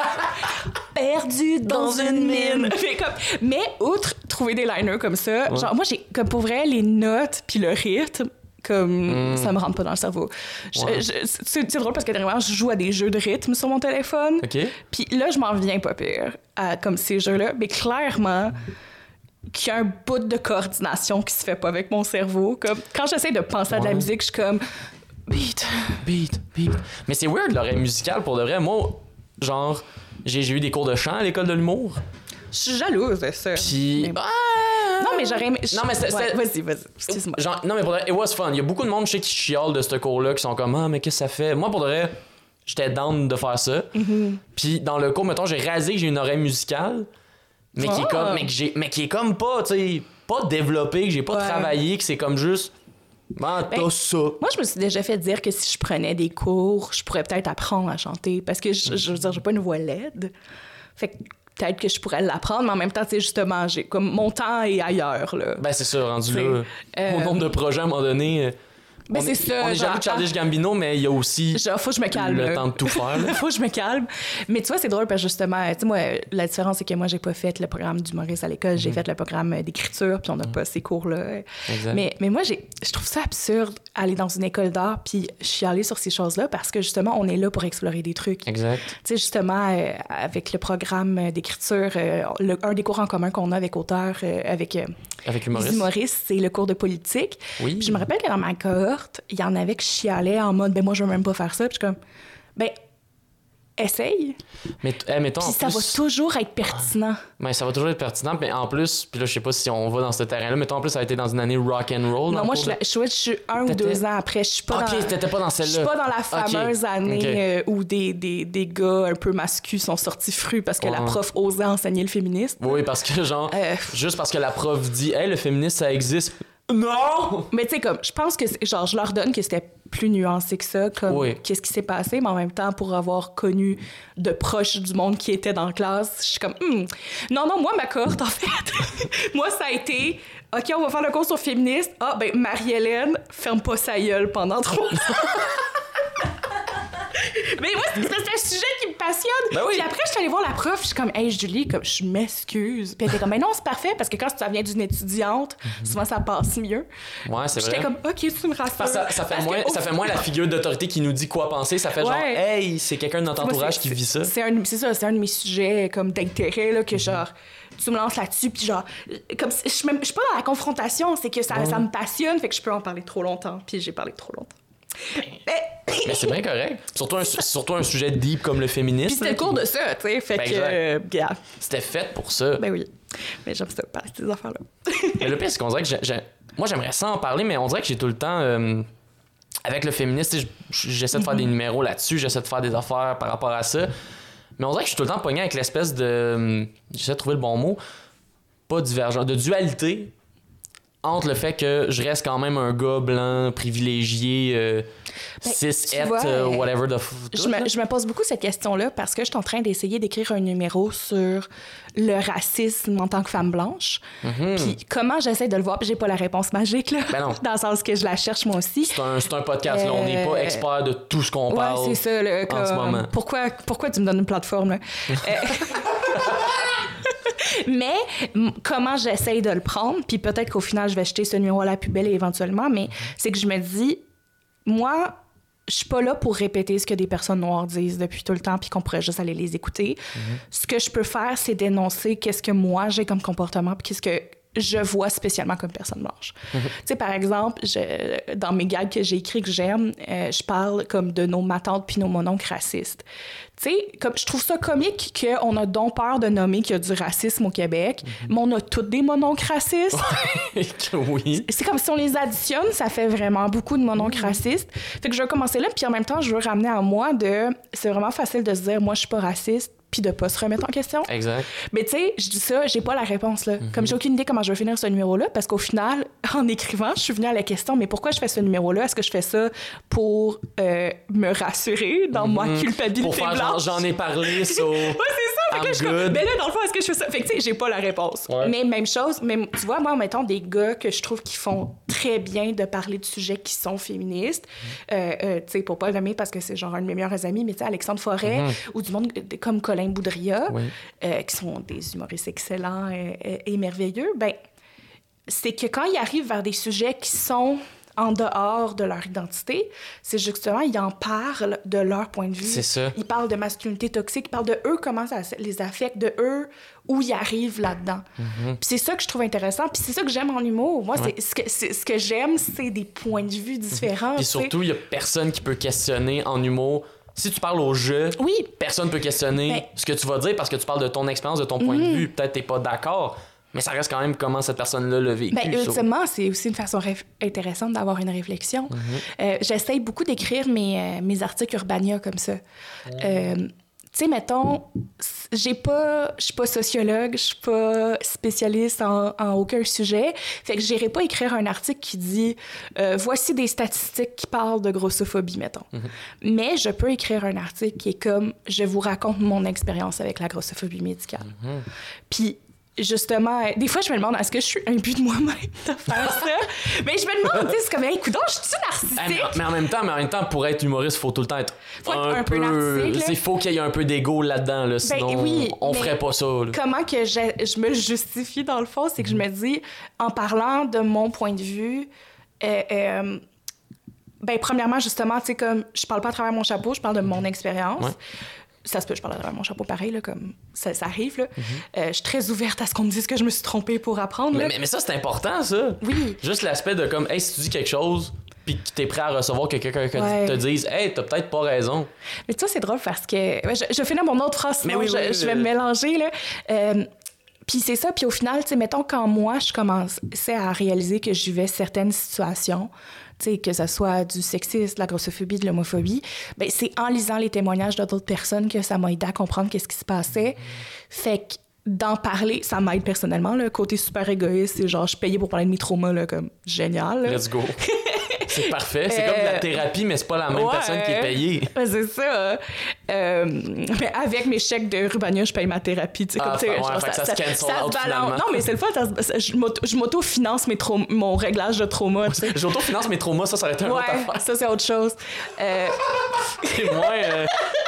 Perdue dans, dans une mine. Mais, comme... Mais outre trouver des liners comme ça, ouais. genre, moi, j'ai, comme pour vrai, les notes puis le rythme, comme, mm. ça me rentre pas dans le cerveau. Ouais. Je, je, c'est, c'est drôle parce que dernièrement, je joue à des jeux de rythme sur mon téléphone. Okay. Puis là, je m'en viens pas pire à comme ces jeux-là. Mais clairement, qu'il y a un bout de coordination qui se fait pas avec mon cerveau. Comme, quand j'essaie de penser ouais. à de la musique, je suis comme... Beat. Beat, beat. Mais c'est weird, l'oreille musicale, pour de vrai. Moi, genre, j'ai, j'ai eu des cours de chant à l'école de l'humour. Je suis jalouse de ça. Puis... Mais... Non, mais j'aurais aimé... Non, mais c'est... Ouais, vas-y, vas-y. Excuse-moi. Genre, non, mais pour de vrai, it was fun. Il y a beaucoup de monde, je sais, qui chialent de ce cours-là, qui sont comme « Ah, mais qu'est-ce que ça fait? » Moi, pour de vrai, j'étais down de faire ça. Mm-hmm. Puis dans le cours, mettons, j'ai réalisé que j'ai une oreille musicale, mais, oh. qui, est comme, mais, que j'ai, mais qui est comme pas, tu sais, pas développée, que j'ai pas ouais. travaillé, que c'est comme juste... Ah, t'as ben, ça. Moi, je me suis déjà fait dire que si je prenais des cours, je pourrais peut-être apprendre à chanter. Parce que, je, je veux dire, j'ai pas une voix laide. Fait que peut-être que je pourrais l'apprendre, mais en même temps, tu sais, justement, j'ai comme mon temps est ailleurs, là. Ben, c'est ça, rendu là. Euh... Au nombre de projets, à un moment donné... Ben on c'est est, ça. On est jamais de Childish Gambino, mais il y a aussi genre, faut que je me calme, le temps de tout faire. Faut que je me calme. Mais tu vois, c'est drôle parce que justement, tu sais, moi, la différence, c'est que moi, j'ai pas fait le programme d'humoriste à l'école, mm-hmm. j'ai fait le programme d'écriture, puis on n'a mm-hmm. pas ces cours-là. Exact. Mais, mais moi, j'ai, je trouve ça absurde aller dans une école d'art, puis je suis allée sur ces choses-là parce que justement, on est là pour explorer des trucs. Exact. Tu sais, justement, euh, avec le programme d'écriture, euh, le, un des cours en commun qu'on a avec auteurs, euh, avec, euh, avec humoriste. les humoristes, c'est le cours de politique. Oui. Puis je me rappelle que dans ma cohorte, il y en avait que je chialais en mode, ben moi, je veux même pas faire ça. Puis je suis comme, ben, essaye. Mais, hey, mettons, puis en ça plus... va toujours être pertinent. Mais ça va toujours être pertinent, mais en plus, puis là, je sais pas si on va dans ce terrain-là, mettons, en plus, ça a été dans une année rock and roll. Non, moi, je, je, je suis un T'étais... ou deux ans après. Je suis pas okay, dans... t'étais pas dans celle-là. Je suis pas dans la fameuse okay. année okay. Euh, où des, des, des gars un peu masculins sont sortis frus parce que ouais. la prof osait enseigner le féminisme. Oui, parce que, genre, euh... juste parce que la prof dit, hey, le féminisme, ça existe. Non! Mais tu sais, comme, je pense que, genre, je leur donne que c'était plus nuancé que ça, comme, oui. qu'est-ce qui s'est passé, mais en même temps, pour avoir connu de proches du monde qui étaient dans la classe, je suis comme, hmm. non, non, moi, ma cohorte, en fait, moi, ça a été, OK, on va faire le cours sur féministe. Ah, ben, Marie-Hélène, ferme pas sa gueule pendant trois ans. Mais moi, c'est, c'est un sujet qui me passionne. Ben oui. Puis après, je suis allée voir la prof, je suis comme, hey, Julie, comme, je m'excuse. Puis elle était comme, mais non, c'est parfait, parce que quand ça vient d'une étudiante, mm-hmm. souvent ça passe mieux. Ouais, c'est J'étais vrai. J'étais comme, OK, tu me rassures. Ça, ça, fait, moins, que, ça fait moins la figure d'autorité qui nous dit quoi penser. Ça fait ouais. genre, hey, c'est quelqu'un de notre entourage moi, qui vit ça. C'est, un, c'est ça, c'est un de mes sujets comme d'intérêt, là, que mm-hmm. genre, tu me lances là-dessus, puis genre, comme, je suis pas dans la confrontation, c'est que ça, mm. ça me passionne, fait que je peux en parler trop longtemps, puis j'ai parlé trop longtemps. Mais, mais c'est bien correct. Surtout un, surtout un sujet deep comme le féminisme. Puis c'était le cours de ça, tu sais. Fait ben que. Euh, yeah. C'était fait pour ça. Ben oui. Mais j'aime ça, parler de ces affaires-là. Mais le pire, c'est qu'on dirait que j'ai, j'ai... moi, j'aimerais ça en parler, mais on dirait que j'ai tout le temps. Euh... Avec le féminisme, j'essaie de faire mm-hmm. des numéros là-dessus, j'essaie de faire des affaires par rapport à ça. Mais on dirait que je suis tout le temps pogné avec l'espèce de. J'essaie de trouver le bon mot. Pas divergent, de dualité. Entre le fait que je reste quand même un gars blanc, privilégié, euh, ben, cis, het, euh, whatever the f... Je me, je me pose beaucoup cette question-là parce que je suis en train d'essayer d'écrire un numéro sur le racisme en tant que femme blanche. Mm-hmm. Puis comment j'essaie de le voir, puis j'ai pas la réponse magique, là. Ben non. Dans le sens que je la cherche moi aussi. C'est un, c'est un podcast, euh... là. On n'est pas expert de tout ce qu'on ouais, parle c'est ça, là, comme... en ce moment. Pourquoi, pourquoi tu me donnes une plateforme, là? Mais m- comment j'essaye de le prendre, puis peut-être qu'au final, je vais jeter ce numéro à la poubelle éventuellement, mais c'est que je me dis, moi, je suis pas là pour répéter ce que des personnes noires disent depuis tout le temps, puis qu'on pourrait juste aller les écouter. Mm-hmm. Ce que je peux faire, c'est dénoncer qu'est-ce que moi, j'ai comme comportement, puis qu'est-ce que je vois spécialement comme personne blanche. Mm-hmm. Tu sais, par exemple, je, dans mes gags que j'ai écrits que j'aime, euh, je parle comme de nos matantes puis nos mononcles racistes. Tu sais, comme, je trouve ça comique qu'on a donc peur de nommer qu'il y a du racisme au Québec, mm-hmm. mais on a tous des mononcles racistes. Oui. C'est comme si on les additionne, ça fait vraiment beaucoup de mononcles mm-hmm. racistes. Fait que je veux commencer là, puis en même temps, je veux ramener à moi de... C'est vraiment facile de se dire, moi, je suis pas raciste, puis de pas se remettre en question. Exact. Mais tu sais, je dis ça, j'ai pas la réponse, là. Mm-hmm. Comme j'ai aucune idée comment je vais finir ce numéro-là, parce qu'au final, en écrivant, je suis venue à la question, mais pourquoi je fais ce numéro-là? Est-ce que je fais ça pour euh, me rassurer dans mm-hmm. ma culpabilité pour faire blanche? Genre, j'en ai parlé, so... ouais, c'est ça! Fait que là, je comme, mais là, dans le fond, est-ce que je fais ça? Fait que tu sais, j'ai pas la réponse. Ouais. Mais même chose, même, tu vois, moi, mettons, des gars que je trouve qui font très bien de parler de sujets qui sont féministes, mm-hmm. euh, euh, tu sais, pour pas le nommer parce que c'est genre un de mes meilleurs amis, mais tu sais, Alexandre Forêt, mm-hmm. ou du monde comme Colin Boudria, oui. euh, qui sont des humoristes excellents et, et, et merveilleux, ben c'est que quand ils arrivent vers des sujets qui sont en dehors de leur identité, c'est justement, ils en parlent de leur point de vue. C'est ça. Ils parlent de masculinité toxique, ils parlent de eux, comment ça les affecte, de eux, où ils arrivent là-dedans. Mm-hmm. Puis c'est ça que je trouve intéressant, puis c'est ça que j'aime en humour. Moi, ouais. c'est, ce, que, c'est, ce que j'aime, c'est des points de vue différents. Puis surtout, il y a personne qui peut questionner en humour. Si tu parles au jeu, oui. personne peut questionner ben... ce que tu vas dire parce que tu parles de ton expérience, de ton point mm-hmm. de vue. Peut-être que t'es pas d'accord, mais ça reste quand même comment cette personne-là l'a vécu. Ben, ultimement, c'est aussi une façon réf- intéressante d'avoir une réflexion. Mm-hmm. Euh, j'essaye beaucoup d'écrire mes, euh, mes articles Urbania comme ça. Mm-hmm. Euh, tu sais, mettons, j'ai pas, je suis pas sociologue, je suis pas spécialiste en, en aucun sujet, fait que j'irai pas écrire un article qui dit euh, voici des statistiques qui parlent de grossophobie, mettons. Mm-hmm. Mais je peux écrire un article qui est comme je vous raconte mon expérience avec la grossophobie médicale. Mm-hmm. Puis justement, des fois, je me demande, est-ce que je suis imbu de moi-même de faire ça? Mais je me demande, tu sais, c'est comme, hey, coudonc, je suis narcissique? Ah, mais, mais en même temps, mais en même temps, pour être humoriste, il faut tout le temps être faut un, être un peu, peu narcissique. Il faut qu'il y ait un peu d'ego là-dedans, là, sinon ben, oui, on ferait pas ça. Là. Comment que je, je me justifie, dans le fond, c'est que je me dis, en parlant de mon point de vue, euh, euh, ben, premièrement, justement, tu sais, comme, je parle pas à travers mon chapeau, je parle de mon expérience. Ouais. Ça se peut, je parle à travers mon chapeau pareil, là, comme ça, ça arrive. Là. Mm-hmm. Euh, je suis très ouverte à ce qu'on me dise que je me suis trompée pour apprendre. Mais, là. mais, mais ça, c'est important, ça. Oui. Juste l'aspect de comme, hey, si tu dis quelque chose, puis que t'es prêt à recevoir que quelqu'un ouais. te dise, hey, t'as peut-être pas raison. Mais tu vois, c'est drôle parce que. Je, je finis mon autre phrase, sinon oui, je, oui, je vais me mélanger. Là. Euh, Puis c'est ça, puis au final, tu sais, mettons, quand moi, je commençais à réaliser que je vivais certaines situations, tu sais, que ce soit du sexisme, de la grossophobie, de l'homophobie, bien, c'est en lisant les témoignages d'autres personnes que ça m'a aidé à comprendre qu'est-ce qui se passait. Fait que d'en parler, ça m'aide personnellement, le côté super égoïste, c'est genre, je payais pour parler de mes traumas, là, comme génial. Là. Let's go. C'est parfait. C'est euh, comme de la thérapie, mais c'est pas la même ouais, personne qui est payée. C'est ça. Euh, mais avec mes chèques de Rubania, je paye ma thérapie. Tu sais, ah, comme, tu sais, ouais, genre, ça, ça, ça, ça, ça se balance. Non, mais c'est le fun. Ça, ça, je, m'auto, je m'auto-finance mes traum- mon réglage de trauma. Tu sais. J'auto-finance mes traumas, ça, ça aurait été un ouais, autre affaire. Ça, c'est autre chose. Euh... c'est moins... Euh...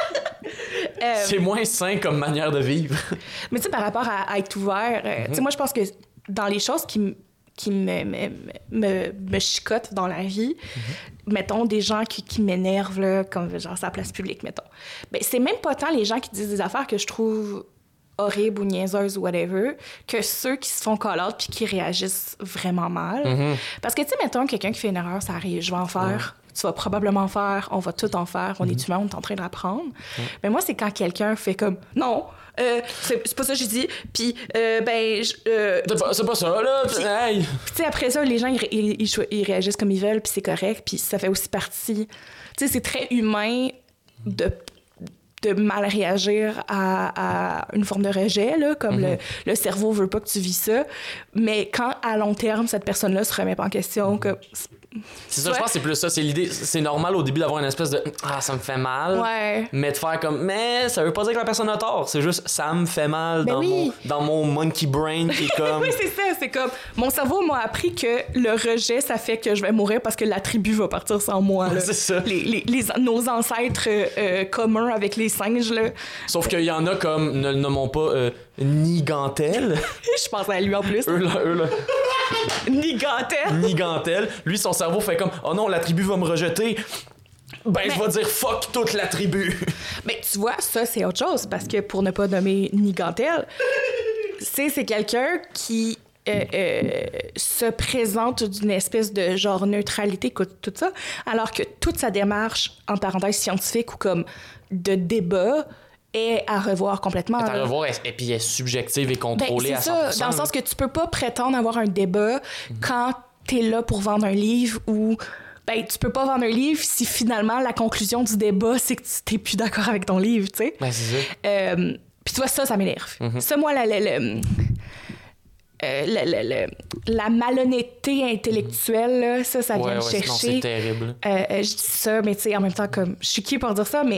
Euh, c'est moins sain comme manière de vivre. Mais tu sais, par rapport à, à être ouvert, euh, mm-hmm. tu sais, moi, je pense que dans les choses qui, m- qui me, me, me, me chicotent dans la vie, mm-hmm. mettons, des gens qui, qui m'énervent, là, comme genre sa place publique, mettons, ben, c'est même pas tant les gens qui disent des affaires que je trouve horribles ou niaiseuses ou whatever, que ceux qui se font call-out puis qui réagissent vraiment mal. Mm-hmm. Parce que, tu sais, mettons, quelqu'un qui fait une erreur, ça arrive, je vais en faire... Ouais. Tu vas probablement en faire, on va tout en faire, on mm-hmm. est humain, on est en train d'apprendre. Mm-hmm. Mais moi, c'est quand quelqu'un fait comme « Non, euh, c'est, c'est pas ça que j'ai dit, puis euh, ben... Euh, c'est, pas, c'est pas ça, là! » Puis hey. tu sais, après ça, les gens, ils, ils, ils, ils réagissent comme ils veulent, puis c'est correct, puis ça fait aussi partie... Tu sais, c'est très humain de... de mal réagir à, à une forme de rejet, là, comme mm-hmm. le, le cerveau veut pas que tu vis ça. Mais quand, à long terme, cette personne-là se remet pas en question, que... C'est ça, ouais. Je pense que c'est plus ça. C'est l'idée. C'est normal au début d'avoir une espèce de ah, ça me fait mal. Ouais. Mais de faire comme mais ça veut pas dire que la personne a tort. C'est juste ça me fait mal ben dans, oui. mon, dans mon monkey brain qui est comme. Oui, c'est ça. C'est comme mon cerveau m'a appris que le rejet, ça fait que je vais mourir parce que la tribu va partir sans moi. Là. C'est ça. Les, les, les, nos ancêtres euh, communs avec les singes. Là. Sauf qu'il y en a comme, ne le nommons pas, euh, Nigantel. Je pense à lui en plus. Eux là, eux là. Nigantel. Nigantel. Lui, son cerveau fait comme oh non, la tribu va me rejeter. Ben, mais, je vais dire fuck toute la tribu. Mais tu vois, ça, c'est autre chose parce que pour ne pas nommer Nigantel, c'est, c'est quelqu'un qui euh, euh, se présente d'une espèce de genre neutralité, tout ça, alors que toute sa démarche, en parenthèse scientifique ou comme de débat, est à revoir complètement. Est à revoir, et puis elle est subjective et contrôlée ben, à cent pour cent. C'est ça, dans le sens que tu peux pas prétendre avoir un débat mm-hmm. quand t'es là pour vendre un livre ou... Ben, tu peux pas vendre un livre si finalement la conclusion du débat, c'est que tu t'es plus d'accord avec ton livre, tu sais. Ben, c'est ça. Euh, Puis tu vois, ça, ça m'énerve. Mm-hmm. Ça, moi, la, la, la, euh, la, la, la, la malhonnêteté intellectuelle, là, ça, ça vient ouais, me ouais, chercher. Sinon, c'est terrible. Euh, euh, je dis ça, mais tu sais, en même temps, comme, je suis qui pour dire ça, mais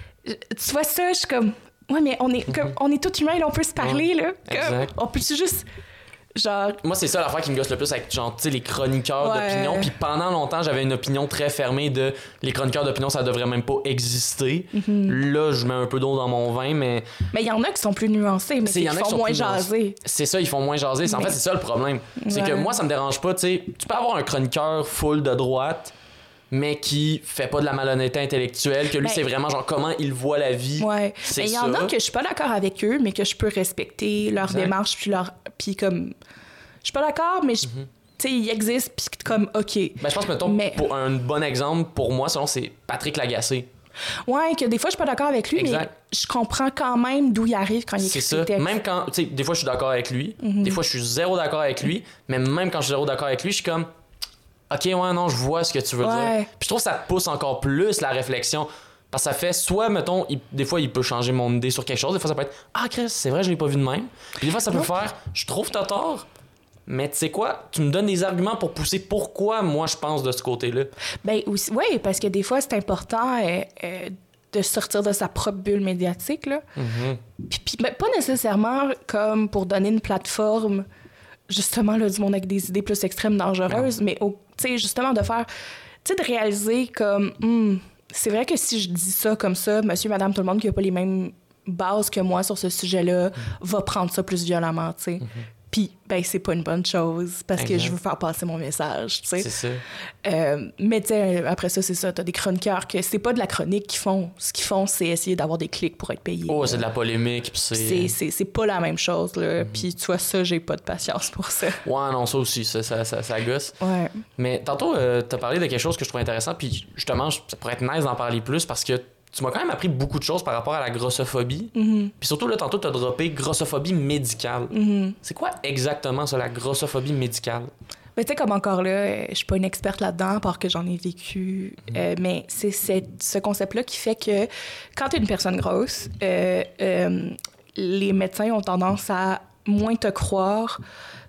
tu vois ça, je suis comme, ouais, mais on est, mm-hmm. comme, on est tous humains, là, on peut se parler, ouais, là. Comme, exact. On peut-tu juste... Genre... Moi, c'est ça l'affaire qui me gosse le plus avec genre, les chroniqueurs ouais. d'opinion. Puis pendant longtemps, j'avais une opinion très fermée de les chroniqueurs d'opinion, ça devrait même pas exister. Mm-hmm. Là, je mets un peu d'eau dans mon vin, mais. Mais il y en a qui sont plus nuancés, mais qui font moins jaser. C'est ça, ils font moins jaser. Mais... En fait, c'est ça le problème. C'est ouais. que moi, ça me dérange pas. Tu sais, tu peux avoir un chroniqueur full de droite, mais qui fait pas de la malhonnêteté intellectuelle, que lui, ben, c'est vraiment genre comment il voit la vie. Ouais. C'est mais il y en a que je suis pas d'accord avec eux, mais que je peux respecter leur exact. Démarche, puis leur. Puis comme. Je suis pas d'accord, mais je... mm-hmm. tu sais, il existe, puis comme, OK. Ben, je pense, mettons, mais... pour un bon exemple, pour moi, selon, c'est Patrick Lagacé. Ouais, que des fois, je suis pas d'accord avec lui, exact. Mais je comprends quand même d'où il arrive quand il écrit ses textes. Même quand, tu sais, des fois, je suis d'accord avec lui, mm-hmm. des fois, je suis zéro d'accord avec lui, mais même quand je suis zéro d'accord avec lui, je suis comme, OK, ouais, non, je vois ce que tu veux ouais. dire. Puis je trouve que ça pousse encore plus la réflexion. Parce que ça fait soit, mettons, il, des fois, il peut changer mon idée sur quelque chose, des fois, ça peut être, ah, Chris, c'est vrai, je l'ai pas vu de même. Puis des fois, ça peut ouais. faire, je trouve t'as tort. Mais tu sais quoi? Tu me donnes des arguments pour pousser pourquoi moi je pense de ce côté-là. Ben aussi, oui, parce que des fois, c'est important euh, euh, de sortir de sa propre bulle médiatique, là. Mm-hmm. Puis, puis ben, pas nécessairement comme pour donner une plateforme, justement, là, du monde avec des idées plus extrêmes dangereuses, non. mais tu sais, justement, de faire... Tu sais, de réaliser comme... Hmm, c'est vrai que si je dis ça comme ça, monsieur, madame, tout le monde qui n'a pas les mêmes bases que moi sur ce sujet-là mm-hmm. va prendre ça plus violemment, tu sais. Mm-hmm. Puis, ben, c'est pas une bonne chose parce exact. Que je veux faire passer mon message, tu sais. C'est ça. Euh, mais, tu sais, après ça, c'est ça. T'as des chroniqueurs que c'est pas de la chronique qu'ils font. Ce qu'ils font, c'est essayer d'avoir des clics pour être payés. Oh, là. C'est de la polémique, puis c'est... c'est... C'est, c'est pas la même chose, là. Mm-hmm. Puis, tu vois, ça, j'ai pas de patience pour ça. Ouais, non, ça aussi, ça, ça, ça, ça gosse. Ouais. Mais tantôt, euh, t'as parlé de quelque chose que je trouve intéressant, puis justement, ça pourrait être nice d'en parler plus parce que tu m'as quand même appris beaucoup de choses par rapport à la grossophobie. Mm-hmm. Puis surtout, là, tantôt, tu as droppé grossophobie médicale. Mm-hmm. C'est quoi exactement ça, la grossophobie médicale? Mais tu sais, comme encore là, je suis pas une experte là-dedans, à part que j'en ai vécu. Mm-hmm. Euh, mais c'est, c'est ce concept-là qui fait que quand tu es une personne grosse, euh, euh, les médecins ont tendance à moins te croire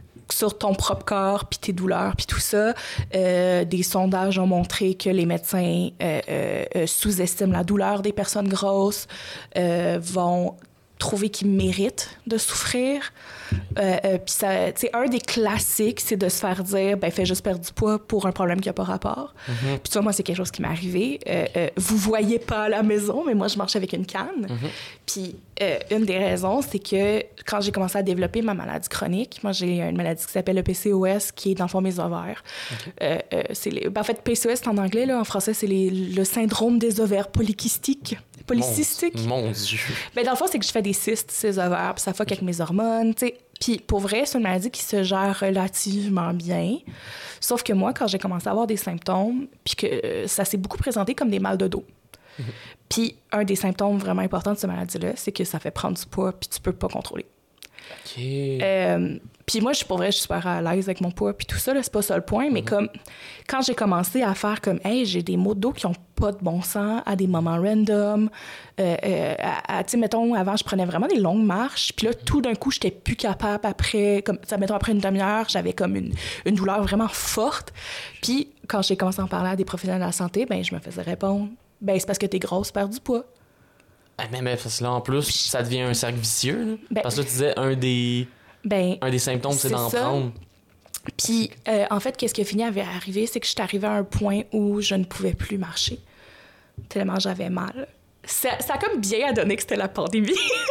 sur ton propre corps, puis tes douleurs, puis tout ça. Euh, des sondages ont montré que les médecins euh, euh, sous-estiment la douleur des personnes grosses, euh, vont trouver qu'ils méritent de souffrir. Euh, euh, puis ça, tu sais, un des classiques, c'est de se faire dire, ben fais juste perdre du poids pour un problème qui n'a pas rapport. Mm-hmm. Puis tu vois, moi, c'est quelque chose qui m'est arrivé. Euh, euh, vous voyez pas à la maison, mais moi, je marchais avec une canne. Mm-hmm. Puis euh, une des raisons, c'est que quand j'ai commencé à développer ma maladie chronique, moi, j'ai une maladie qui s'appelle le P C O S, qui est dans le fond mes ovaires. Okay. Euh, euh, c'est les, ben, en fait, P C O S, c'est en anglais, là, en français, c'est les, le syndrome des ovaires polykystiques. Polycystique. Mon, mon Dieu. Ben, dans le fond, c'est que je fais des cystes, ces ovaires, puis ça fuck avec mes hormones, tu sais. Puis pour vrai, c'est une maladie qui se gère relativement bien. Sauf que moi, quand j'ai commencé à avoir des symptômes, puis que euh, ça s'est beaucoup présenté comme des mal de dos. Mm-hmm. Puis un des symptômes vraiment importants de cette maladie-là, c'est que ça fait prendre du poids, puis tu peux pas contrôler. OK. Euh, puis moi, je suis pour vrai, je suis super à l'aise avec mon poids, puis tout ça, là, c'est pas ça le point, mais mm-hmm. comme quand j'ai commencé à faire comme, hey, j'ai des maux de dos qui ont pas de bon sens à des moments random, euh, euh, à, à, tu sais, mettons, avant, je prenais vraiment des longues marches, puis là, tout d'un coup, j'étais plus capable après, comme, ça, mettons, après une demi-heure, j'avais comme une, une douleur vraiment forte. Puis quand j'ai commencé à en parler à des professionnels de la santé, ben je me faisais répondre, ben c'est parce que t'es grosse, perds du poids. Ah, mais, mais parce que là, en plus, ça devient un cercle vicieux, là. Ben, parce que là, tu disais, un des... Ben, un des symptômes, c'est, c'est d'en ça. Prendre. Puis, euh, en fait, qu'est-ce qui a fini à arriver, c'est que je suis arrivée à un point où je ne pouvais plus marcher, tellement j'avais mal. Ça, ça a comme bien à donner que c'était la pandémie.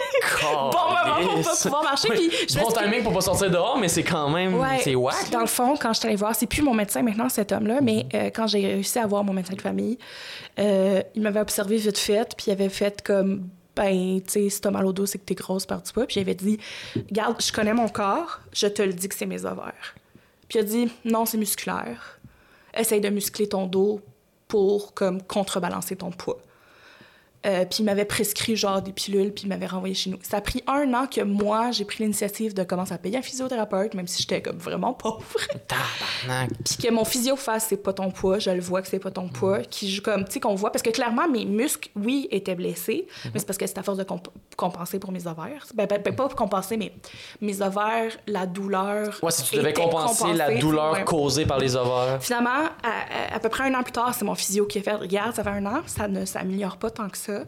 Bon moment pour pas pouvoir marcher. Oui. Puis bon timing pour pas sortir dehors, mais c'est quand même... Ouais, c'est whack. Dans le fond, quand je suis allée voir, c'est plus mon médecin maintenant, cet homme-là, mm-hmm. mais euh, quand j'ai réussi à voir mon médecin de famille, euh, il m'avait observé vite fait, puis il avait fait comme... ben, tu sais, si t'as mal au dos, c'est que t'es grosse, perds du poids. Puis j'avais dit, regarde, je connais mon corps, je te le dis que c'est mes ovaires. Puis il a dit, non, c'est musculaire. Essaye de muscler ton dos pour, comme, contrebalancer ton poids. Euh, puis il m'avait prescrit genre des pilules, puis il m'avait renvoyé chez nous. Ça a pris un an que moi, j'ai pris l'initiative de commencer à payer un physiothérapeute, même si j'étais comme vraiment pauvre. Tabarnak. Puis que mon physio fasse, c'est pas ton poids, je le vois que c'est pas ton poids. Qui joue comme, tu sais, qu'on voit, parce que clairement, mes muscles, oui, étaient blessés, mm-hmm. mais c'est parce que c'est à force de comp- compenser pour mes ovaires. Ben, ben, ben pas pour compenser, mais mes ovaires, la douleur. Ouais, si tu devais compenser la douleur ouais. causée par les ovaires. Finalement, à, à, à peu près un an plus tard, c'est mon physio qui a fait, regarde, ça fait un an, ça ne s'améliore pas tant que ça.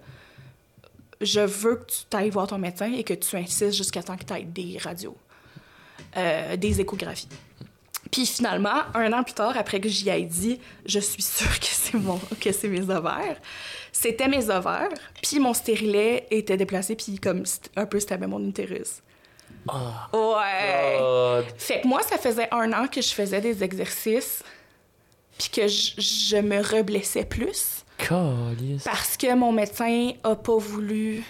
Je veux que tu t'ailles voir ton médecin et que tu insistes jusqu'à temps que tu aies des radios, euh, des échographies. Puis finalement, un an plus tard, après que j'y ai dit, je suis sûre que c'est, mon, que c'est mes ovaires, c'était mes ovaires, puis mon stérilet était déplacé, puis comme un peu c'était mon utérus. Oh, ouais! God. Fait que moi, ça faisait un an que je faisais des exercices, puis que je, je me reblessais plus. Calice. Parce que mon médecin a pas voulu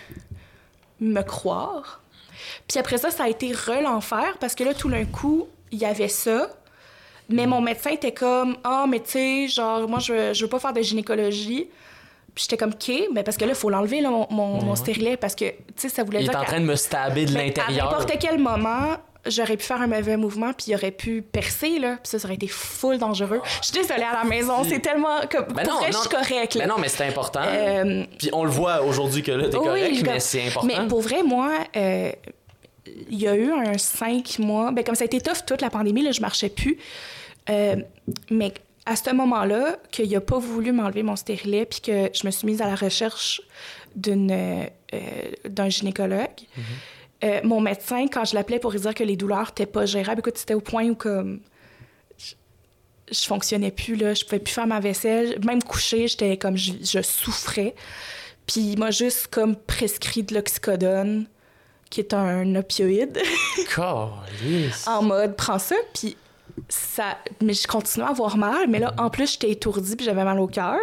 me croire. Puis après ça, ça a été re-l'enfer parce que là, tout d'un coup, il y avait ça. Mais mon médecin était comme « Ah, oh, mais tu sais, genre, moi, je veux, je veux pas faire de gynécologie. » Puis j'étais comme « OK, mais parce que là, il faut l'enlever, là, mon, mon, ouais. mon stérilet, parce que, tu sais, ça voulait il dire... » Il est en train de me stabber de l'intérieur. À n'importe quel moment... j'aurais pu faire un mauvais mouvement, puis il aurait pu percer, là, puis ça, ça aurait été full dangereux. Je suis désolée à la maison, c'est tellement... Comme, ben pour non, vrai, non, je suis correcte. Ben non, mais c'est important. Euh, puis on le voit aujourd'hui que là, t'es oui, correcte, mais c'est important. Mais pour vrai, moi, euh, il y a eu un cinq mois... Ben comme ça a été tough toute la pandémie, là, je marchais plus. Euh, mais à ce moment-là, qu'il n'a pas voulu m'enlever mon stérilet, puis que je me suis mise à la recherche d'une, euh, d'un gynécologue... Mm-hmm. Euh, mon médecin, quand je l'appelais pour lui dire que les douleurs n'étaient pas gérables, écoute, c'était au point où comme je, je fonctionnais plus, là, je pouvais plus faire ma vaisselle, même coucher, j'étais comme je, je souffrais. Puis il m'a juste comme prescrit de l'oxycodone, qui est un opioïde. Calice. En mode, prends ça, puis ça... Mais je continuais à avoir mal, mais là, en plus, j'étais étourdie, puis j'avais mal au cœur.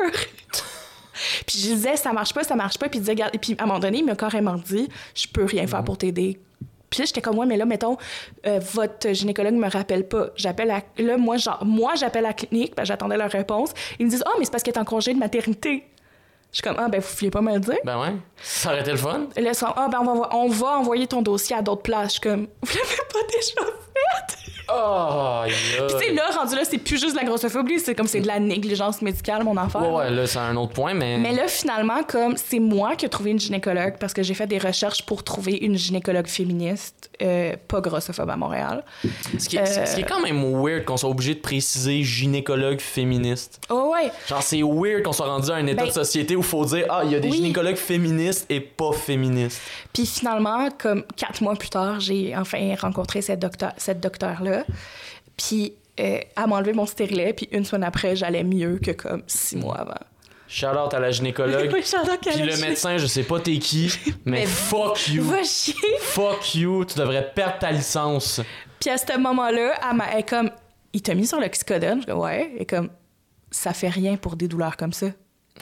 Puis je disais, ça marche pas, ça marche pas. Puis il disait, regarde, et puis à un moment donné, il m'a carrément dit, je peux rien faire pour t'aider. Puis là, j'étais comme, ouais, mais là, mettons, euh, votre gynécologue me rappelle pas. J'appelle à... Là, moi, genre, moi, j'appelle la clinique, ben, j'attendais leur réponse. Ils me disent, ah, oh, mais c'est parce qu'elle est en congé de maternité. Je suis comme, ah, ben, vous pouviez pas me le dire. Ben ouais, ça aurait été le fun. Là, ils sont, ah, ben, on va, on va envoyer ton dossier à d'autres places. Je suis comme, vous l'avez pas déjà fait? Oh, yeah. Puis tu sais, là, rendu là, c'est plus juste de la grossophobie, c'est comme c'est de la négligence médicale, mon affaire. Ouais, ouais, là, c'est un autre point, mais... Mais là, finalement, comme c'est moi qui ai trouvé une gynécologue, parce que j'ai fait des recherches pour trouver une gynécologue féministe, euh, pas grossophobe à Montréal. Ce qui, est, euh... ce qui est quand même weird qu'on soit obligé de préciser gynécologue féministe. Oh ouais. Genre, c'est weird qu'on soit rendu à un état ben... de société où il faut dire, ah, il y a des oui. gynécologues féministes et pas féministes. Puis finalement, comme quatre mois plus tard, j'ai enfin rencontré cette, docteur, cette docteure-là. Puis euh, elle m'a enlevé mon stérilet, puis une semaine après, j'allais mieux que comme six mois avant. Shout-out à la gynécologue. Oui, shout-out à Puis la le gyné... médecin, je sais pas t'es qui, mais, mais fuck you. Va chier. Fuck you, tu devrais perdre ta licence. Puis à ce moment-là, elle, m'a, elle est comme, il t'a mis sur l'oxycodone? Je dis, ouais. Elle est comme, ça fait rien pour des douleurs comme ça.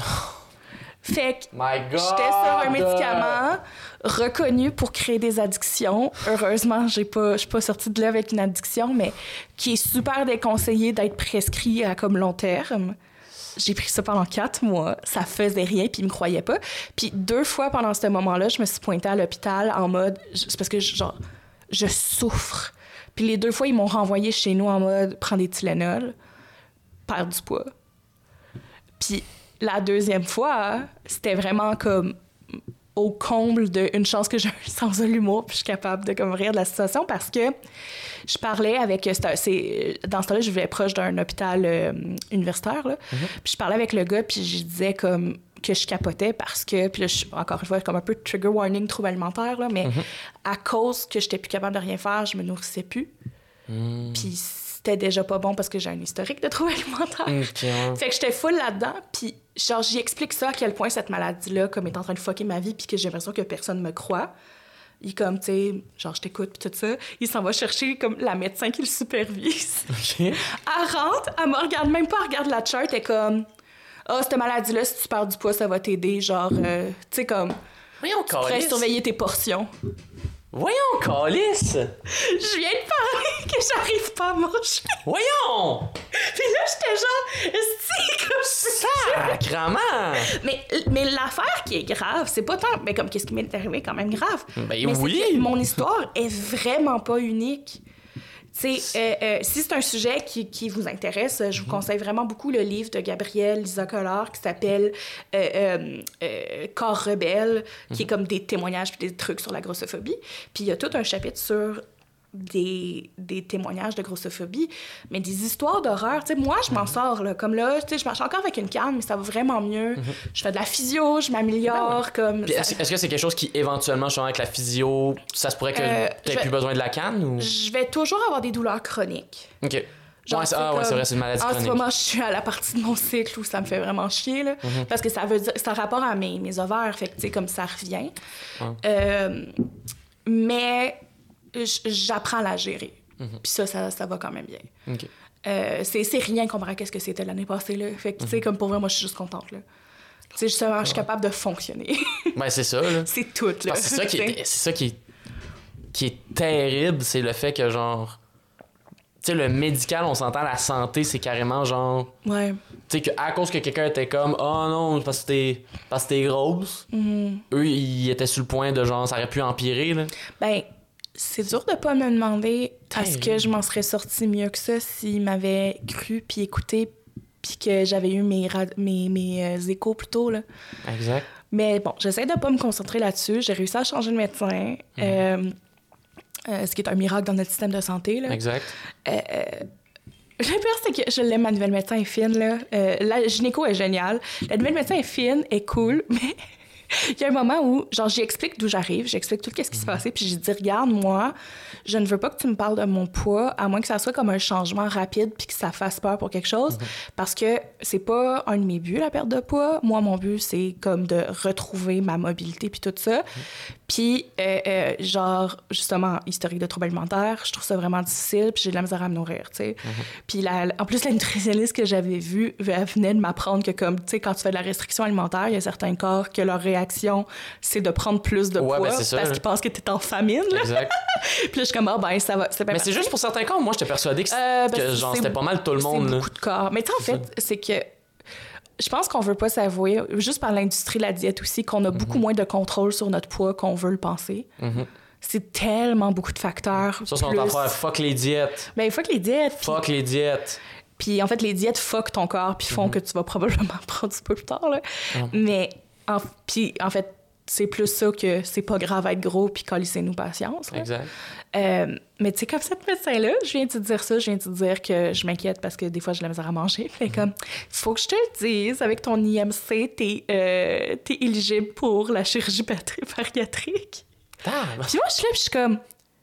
Fait que j'étais sur un médicament reconnu pour créer des addictions. Heureusement, j'ai pas, je suis pas sortie de là avec une addiction, mais qui est super déconseillé d'être prescrit à comme long terme. J'ai pris ça pendant quatre mois. Ça faisait rien, puis ils me croyaient pas. Puis deux fois pendant ce moment-là, je me suis pointée à l'hôpital en mode... C'est parce que, genre, je souffre. Puis les deux fois, ils m'ont renvoyée chez nous en mode « prends des Tylenol, perds du poids ». Puis... La deuxième fois, c'était vraiment comme au comble d'une chance que j'ai un sens de l'humour puis je suis capable de comme rire de la situation parce que je parlais avec... C'est, dans ce temps-là, je vivais proche d'un hôpital euh, universitaire, là. Mm-hmm. Puis je parlais avec le gars puis je disais comme que je capotais parce que... Puis là, je, encore une fois, comme un peu trigger warning, trouble alimentaire, là, mais mm-hmm. à cause que j'étais plus capable de rien faire, je me nourrissais plus. Mm. Puis c'était déjà pas bon parce que j'ai un historique de trouble alimentaire. Okay. Fait que j'étais full là-dedans, puis genre, j'y explique ça, à quel point cette maladie-là, comme, est en train de fucker ma vie, puis que j'ai l'impression que personne me croit. Il comme, tu sais, genre, je t'écoute, puis tout ça. Il s'en va chercher, comme, la médecin qui le supervise. OK. Elle rentre, elle me regarde même pas, elle regarde la chart, elle est comme, ah, oh, cette maladie-là, si tu perds du poids, ça va t'aider. Genre, euh, tu sais, comme, Voyons, Tu pourrais Calice. surveiller tes portions. Voyons, Calice. Je viens de parler que j'arrive pas à manger. Voyons. Puis là, j'étais genre, c'est comme ça. Sacrement. Mais, mais l'affaire qui est grave, c'est pas tant. Mais comme qu'est-ce qui m'est arrivé, quand même grave. Ben mais oui. c'est que mon histoire est vraiment pas unique. Tu sais, euh, euh, si c'est un sujet qui, qui vous intéresse, je vous conseille vraiment beaucoup le livre de Gabrielle Lisa Collard qui s'appelle euh, euh, euh, Corps rebelle, qui est comme des témoignages puis des trucs sur la grossophobie. Puis il y a tout un chapitre sur des, des témoignages de grossophobie, mais des histoires d'horreur. Tu sais, moi, je m'en sors, là. Comme là, tu sais, je marche encore avec une canne, mais ça va vraiment mieux. Mm-hmm. Je fais de la physio, je m'améliore, ben ouais. comme... Puis est-ce, est-ce que c'est quelque chose qui, éventuellement, genre avec la physio, ça se pourrait que euh, tu n'aies plus besoin de la canne, ou... Je vais toujours avoir des douleurs chroniques. OK. Genre, ouais, c'est, ah, ouais, c'est vrai, c'est une maladie en chronique. En ce moment, je suis à la partie de mon cycle où ça me fait vraiment chier, là. Mm-hmm. Parce que ça veut dire... C'est un rapport à mes, mes ovaires, fait que, tu sais, comme ça revient. Ouais. Euh, mais j'apprends à la gérer. Mm-hmm. Puis ça, ça, ça va quand même bien. Okay. Euh, c'est, c'est rien comparé à ce que c'était l'année passée, là. Fait que, tu sais, mm-hmm. comme pour vrai, moi, je suis juste contente, là. Tu sais, justement, je suis capable de fonctionner. Ben, c'est ça, là. C'est tout, là. Parce que c'est ça qui est, c'est ça qui est, qui est terrible, c'est le fait que, genre... Tu sais, le médical, on s'entend, la santé, c'est carrément, genre... Ouais. Tu sais, qu'à cause que quelqu'un était comme « Oh non, parce que t'es, parce que t'es grosse mm-hmm. », eux, ils étaient sur le point de, genre, ça aurait pu empirer, là. Ben... C'est dur de pas me demander est-ce que je m'en serais sortie mieux que ça s'ils m'avaient cru puis écouté puis que j'avais eu mes, rad- mes, mes euh, échos plus tôt, là. Exact. Mais bon, j'essaie de pas me concentrer là-dessus. J'ai réussi à changer de médecin, mm-hmm. euh, euh, ce qui est un miracle dans notre système de santé, là. Exact. Euh, euh, le pire, c'est que je l'aime, ma nouvelle médecin est fine, là. Euh, la gynéco est géniale. La nouvelle médecin est fine, est cool, mais... Il y a un moment où, genre, j'explique d'où j'arrive, j'explique tout ce qui se passait, puis j'ai dit, regarde, moi, je ne veux pas que tu me parles de mon poids, à moins que ça soit comme un changement rapide puis que ça fasse peur pour quelque chose, mm-hmm. parce que c'est pas un de mes buts, la perte de poids. Moi, mon but, c'est comme de retrouver ma mobilité puis tout ça. Mm-hmm. Puis, euh, euh, genre, justement, historique de troubles alimentaires, je trouve ça vraiment difficile, puis j'ai de la misère à me nourrir, tu sais. Mm-hmm. Puis, la, en plus, la nutritionniste que j'avais vue, elle venait de m'apprendre que, comme, tu sais, quand tu fais de la restriction alimentaire, il y a certains corps que leur réaction, c'est de prendre plus de ouais, poids ben ça, parce là. qu'ils pensent que t'es en famine, là. Exact. Puis là, je suis comme, ah, ben, ça va. C'est mais c'est juste pour certains corps. Moi, j'étais persuadée que, euh, ben, que genre, c'était pas mal tout le monde, c'est là. beaucoup de corps. Mais tu sais, en fait, c'est que je pense qu'on veut pas s'avouer, juste par l'industrie de la diète aussi, qu'on a mm-hmm. beaucoup moins de contrôle sur notre poids qu'on veut le penser. Mm-hmm. C'est tellement beaucoup de facteurs. Ça, c'est notre affaire. Fuck les diètes. Ben, fuck les diètes. Fuck puis... les diètes. Puis, en fait, les diètes fuck ton corps, puis font mm-hmm. que tu vas probablement prendre du poids plus tard, là. Mm-hmm. Mais, en... puis, en fait, c'est plus ça que c'est pas grave être gros, puis calissez-nous patience. Là. Exact. Euh, mais tu sais, comme cette médecin-là, je viens de te dire ça, je viens de te dire que je m'inquiète parce que des fois, j'ai de la misère à manger. Fait comme, faut que je te le dise, avec ton I M C, t'es, euh, t'es éligible pour la chirurgie bariatrique. Ah, puis moi, je suis là, puis je suis comme...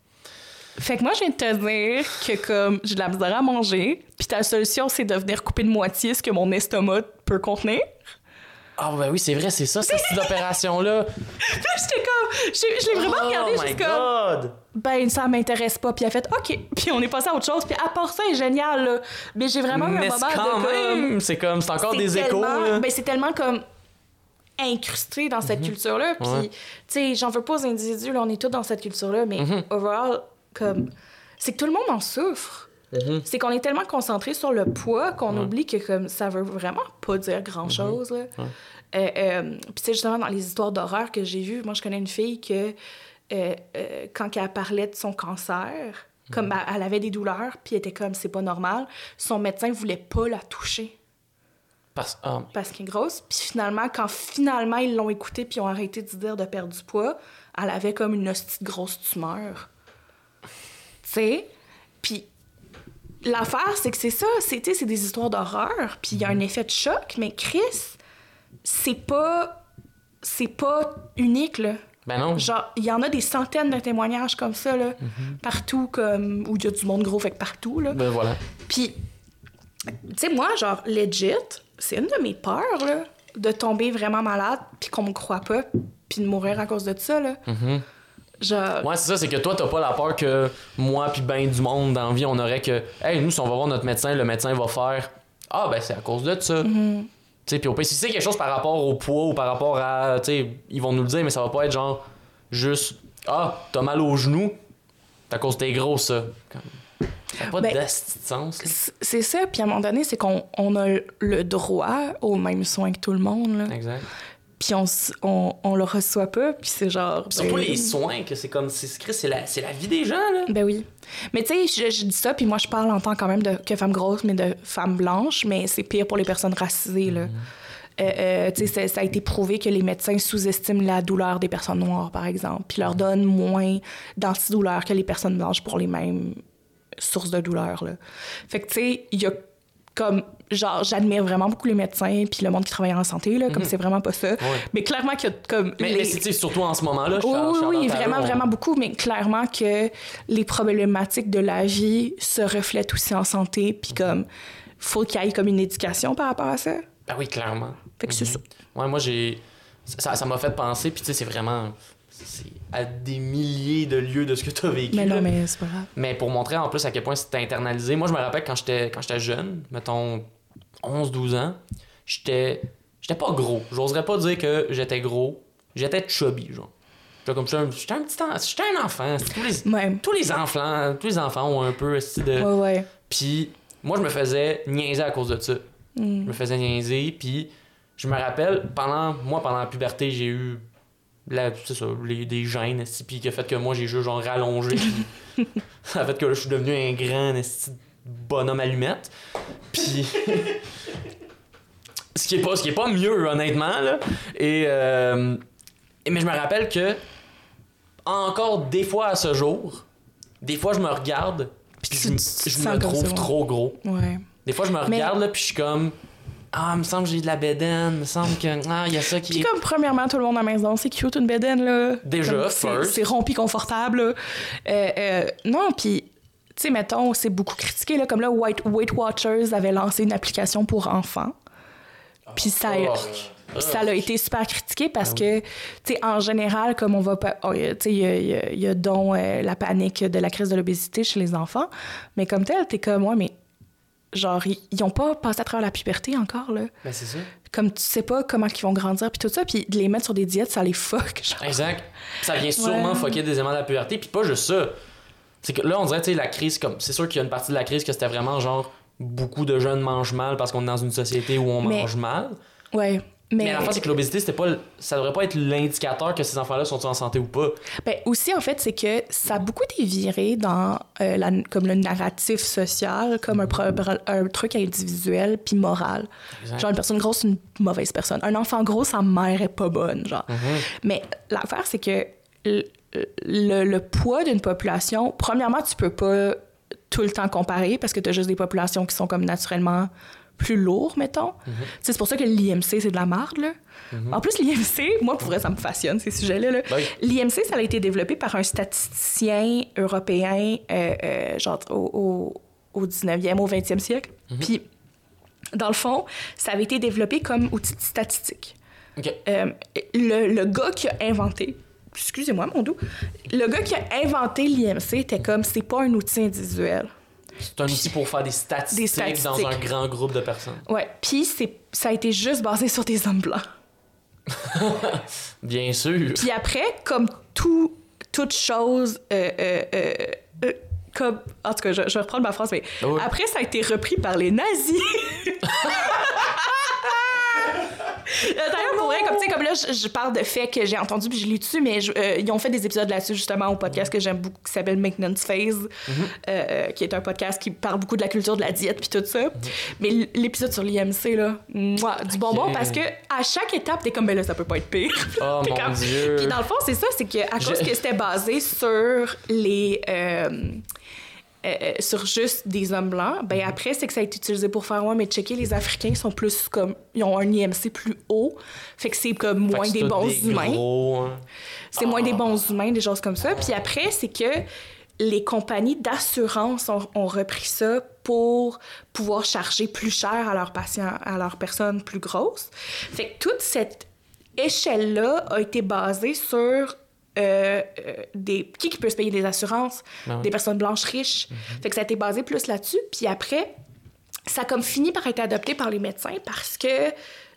Fait que moi, je viens de te dire que comme j'ai de la misère à manger, puis ta solution, c'est de venir couper de moitié ce que mon estomac peut contenir. Ah, oh, ben oui, c'est vrai, c'est ça, cette opération-là. Puis là, j'étais comme... Je, je l'ai vraiment oh regardé, my juste God. comme... Ben, ça m'intéresse pas. Puis elle a fait, OK. Puis on est passé à autre chose. Puis à part ça, elle est géniale, là. Mais j'ai vraiment eu un Mais moment quand de comme... même, c'est comme... C'est encore c'est des tellement, échos, là. Ben, c'est tellement comme incrusté dans cette mm-hmm. culture-là. Puis, ouais. tu sais, j'en veux pas aux individus, là, on est tous dans cette culture-là. Mais mm-hmm. overall, comme... C'est que tout le monde en souffre. Mm-hmm. C'est qu'on est tellement concentré sur le poids qu'on ouais. oublie que comme ça veut vraiment pas dire grand-chose, mm-hmm. là. Ouais. Euh, euh, puis tu sais, justement, dans les histoires d'horreur que j'ai vues, moi, je connais une fille que, euh, euh, quand elle parlait de son cancer, mmh. comme elle, elle avait des douleurs, puis elle était comme, c'est pas normal, son médecin voulait pas la toucher. Parce, oh. Parce qu'elle est grosse. Puis finalement, quand finalement, ils l'ont écoutée, puis ils ont arrêté de dire de perdre du poids, elle avait comme une petite grosse tumeur. Tu sais? Puis l'affaire, c'est que c'est ça, c'est, c'est des histoires d'horreur, puis il y a un effet de choc, mais Chris... c'est pas c'est pas unique, là. Ben non. Genre, il y en a des centaines de témoignages comme ça, là, mm-hmm. partout, comme, où il y a du monde gros, fait que partout, là. Ben voilà. Puis, tu sais, moi, genre, legit, c'est une de mes peurs, là, de tomber vraiment malade, puis qu'on me croit pas, puis de mourir à cause de ça, là. Mm-hmm. Genre... Ouais, c'est ça, c'est que toi, t'as pas la peur que moi puis ben du monde dans la vie, on aurait que, hey, nous, si on va voir notre médecin, le médecin va faire, ah, ben c'est à cause de ça. Mm-hmm. Tu sais, puis au pire, si c'est quelque chose par rapport au poids ou par rapport à, tu sais, ils vont nous le dire, mais ça va pas être genre juste, ah, t'as mal au genou, c'est à cause que t'es gros, ça. Comme, ça n'a pas Ben, de sens. Là. C'est ça, puis à un moment donné, c'est qu'on on a le droit aux mêmes soins que tout le monde, là. Exact. Puis on, s- on, on le reçoit pas, puis c'est genre... Puis surtout ben, les soins, que c'est comme, c'est, c'est, la, c'est la vie des gens, là. Ben oui. Mais tu sais, je, je dis ça, puis moi, je parle en tant quand même de, que femme grosse, mais de femme blanche, mais c'est pire pour les personnes racisées, là. Euh, euh, tu sais, ça, ça a été prouvé que les médecins sous-estiment la douleur des personnes noires, par exemple, puis leur donnent moins d'antidouleurs que les personnes blanches pour les mêmes sources de douleur, là. Fait que, tu sais, il y a comme... Genre, j'admire vraiment beaucoup les médecins puis le monde qui travaille en santé, là, comme Mhm. c'est vraiment pas ça. Ouais. Mais clairement qu'il y a comme... Mais, les... mais c'est tu sais, surtout en ce moment-là. Oui, Charles- oui, Charlotte oui, Taylor, vraiment, on- vraiment beaucoup, mais clairement que les problématiques de la vie se reflètent aussi en santé, puis comme, faut qu'il y ait comme une éducation par rapport à ça. Ben oui, clairement. Fait que c'est ça. Ouais, moi, j'ai... Ça, ça m'a fait penser, puis tu sais, c'est vraiment... C'est à des milliers de lieux de ce que tu as vécu. Mais là. non, mais c'est pas grave. Mais pour montrer en plus à quel point c'était internalisé, moi je me rappelle quand j'étais quand j'étais jeune, mettons onze douze ans, j'étais j'étais pas gros. J'oserais pas dire que j'étais gros, j'étais chubby genre. J'étais comme j'étais un, j'étais un petit en- j'étais un enfant, c'est tous les Ouais, tous les enfants, tous les enfants ont un peu esti de ouais, ouais. puis moi je me faisais niaiser à cause de ça. Je Mm. me faisais niaiser puis je me rappelle pendant moi pendant la puberté, j'ai eu la, c'est ça, les, des gènes, esti, puis qui a fait que moi j'ai juste genre rallongé. Puis ça a fait que là, je suis devenu un grand esti, bonhomme allumette. Puis. ce, qui est pas, ce qui est pas mieux, honnêtement. Là. Et, euh, et. Mais je me rappelle que, encore des fois à ce jour, des fois je me regarde, puis je, Tu- me- tu te je sens me comme trouve ça, ouais. trop gros. Ouais. Des fois je me Mais- regarde, là, puis je suis comme. Ah, il me semble que j'ai de la bédaine, il me semble que. Ah, il y a ça qui Puis est. comme, premièrement, tout le monde à la maison, c'est cute, une bedaine, là. Déjà, Comme, c'est- first. C'est rompi confortable, là. Euh, euh, non, puis, tu sais, mettons, c'est beaucoup critiqué, là, comme là, White, Weight Watchers avait lancé une application pour enfants. Puis ça, Oh. puis ça a été super critiqué parce que, tu sais, en général, comme on va pas... oh, tu sais, il y a, il y a- il y a donc euh, la panique de la crise de l'obésité chez les enfants, mais comme tel, t'es comme, ouais, mais genre, ils ils ont pas passé à travers la puberté encore, là. Ben, c'est ça. Comme tu sais pas comment ils vont grandir, puis tout ça, puis de les mettre sur des diètes, ça les fuck, genre. Exact. Ça vient sûrement Ouais. fucker des éléments de la puberté, puis pas juste ça. C'est que là, on dirait, tu sais, la crise, comme c'est sûr qu'il y a une partie de la crise que c'était vraiment genre beaucoup de jeunes mangent mal parce qu'on est dans une société où on Mais- mange mal. Ouais. Mais, Mais, la fin, c'est que l'obésité, c'était pas, le- ça devrait pas être l'indicateur que ces enfants-là sont en santé ou pas. ben, aussi, en fait, c'est que ça a beaucoup déviré dans euh, la, comme le narratif social, comme un, pro- un truc individuel puis moral. Exact. Genre, une personne grosse, c'est une mauvaise personne. Un enfant gros, sa mère est pas bonne, genre. Mhm. Mais l'affaire, c'est que le, le, le poids d'une population, premièrement, tu peux pas tout le temps comparer parce que t'as juste des populations qui sont comme naturellement plus lourds, mettons. Tu sais, c'est pour ça que l'I M C, c'est de la marde, là. En plus, l'I M C, moi, pour vrai, ça me fascinne, ces sujets-là. Là. Oui. L'I M C, ça a été développé par un statisticien européen, euh, euh, genre au, au, au dix-neuvième, au vingtième siècle. Puis, dans le fond, ça avait été développé comme outil de statistique. OK. Euh, le, le gars qui a inventé, excusez-moi mon doux, le gars qui a inventé l'I M C était comme, c'est pas un outil individuel. C'est un outil pour faire des statistiques, Des statistiques. dans un grand groupe de personnes. Ouais, puis c'est, ça a été juste basé sur des hommes blancs. Bien sûr. Puis après, comme tout, toute chose, euh, euh, euh, euh, comme, en tout cas, je, je vais reprendre ma phrase, mais Ah oui. après, ça a été repris par les nazis. D'ailleurs, pour vrai, comme, tu sais, comme là, je, je parle de faits que j'ai entendus puis je l'ai dessus, mais je- euh, ils ont fait des épisodes là-dessus, justement, au podcast que j'aime beaucoup, qui s'appelle Maintenance Phase, euh, euh, qui est un podcast qui parle beaucoup de la culture de la diète puis tout ça. Mais l- l'épisode sur l'I M C, là, mouah, du bonbon, Ok. parce que à chaque étape, t'es comme, ben là, ça peut pas être pire. Oh T'es mon comme- Dieu. Puis dans le fond, c'est ça, c'est qu'à cause Je- que c'était basé sur les... euh, euh, sur juste des hommes blancs, ben après, c'est que ça a été utilisé pour faire, ouais, mais checker, les Africains sont plus comme... Ils ont un I M C plus haut, fait que c'est comme Fait que moins c'est des tous bons des humains. gros, hein. C'est moins des bons humains, des choses comme ça. Puis après, c'est que les compagnies d'assurance ont, ont repris ça pour pouvoir charger plus cher à leurs patients, à leurs personnes plus grosses. Fait que toute cette échelle-là a été basée sur euh, euh, des qui qui peut se payer des assurances, Ben oui. des personnes blanches riches. Fait que ça a été basé plus là-dessus. Puis après, ça a comme fini par être adopté par les médecins parce que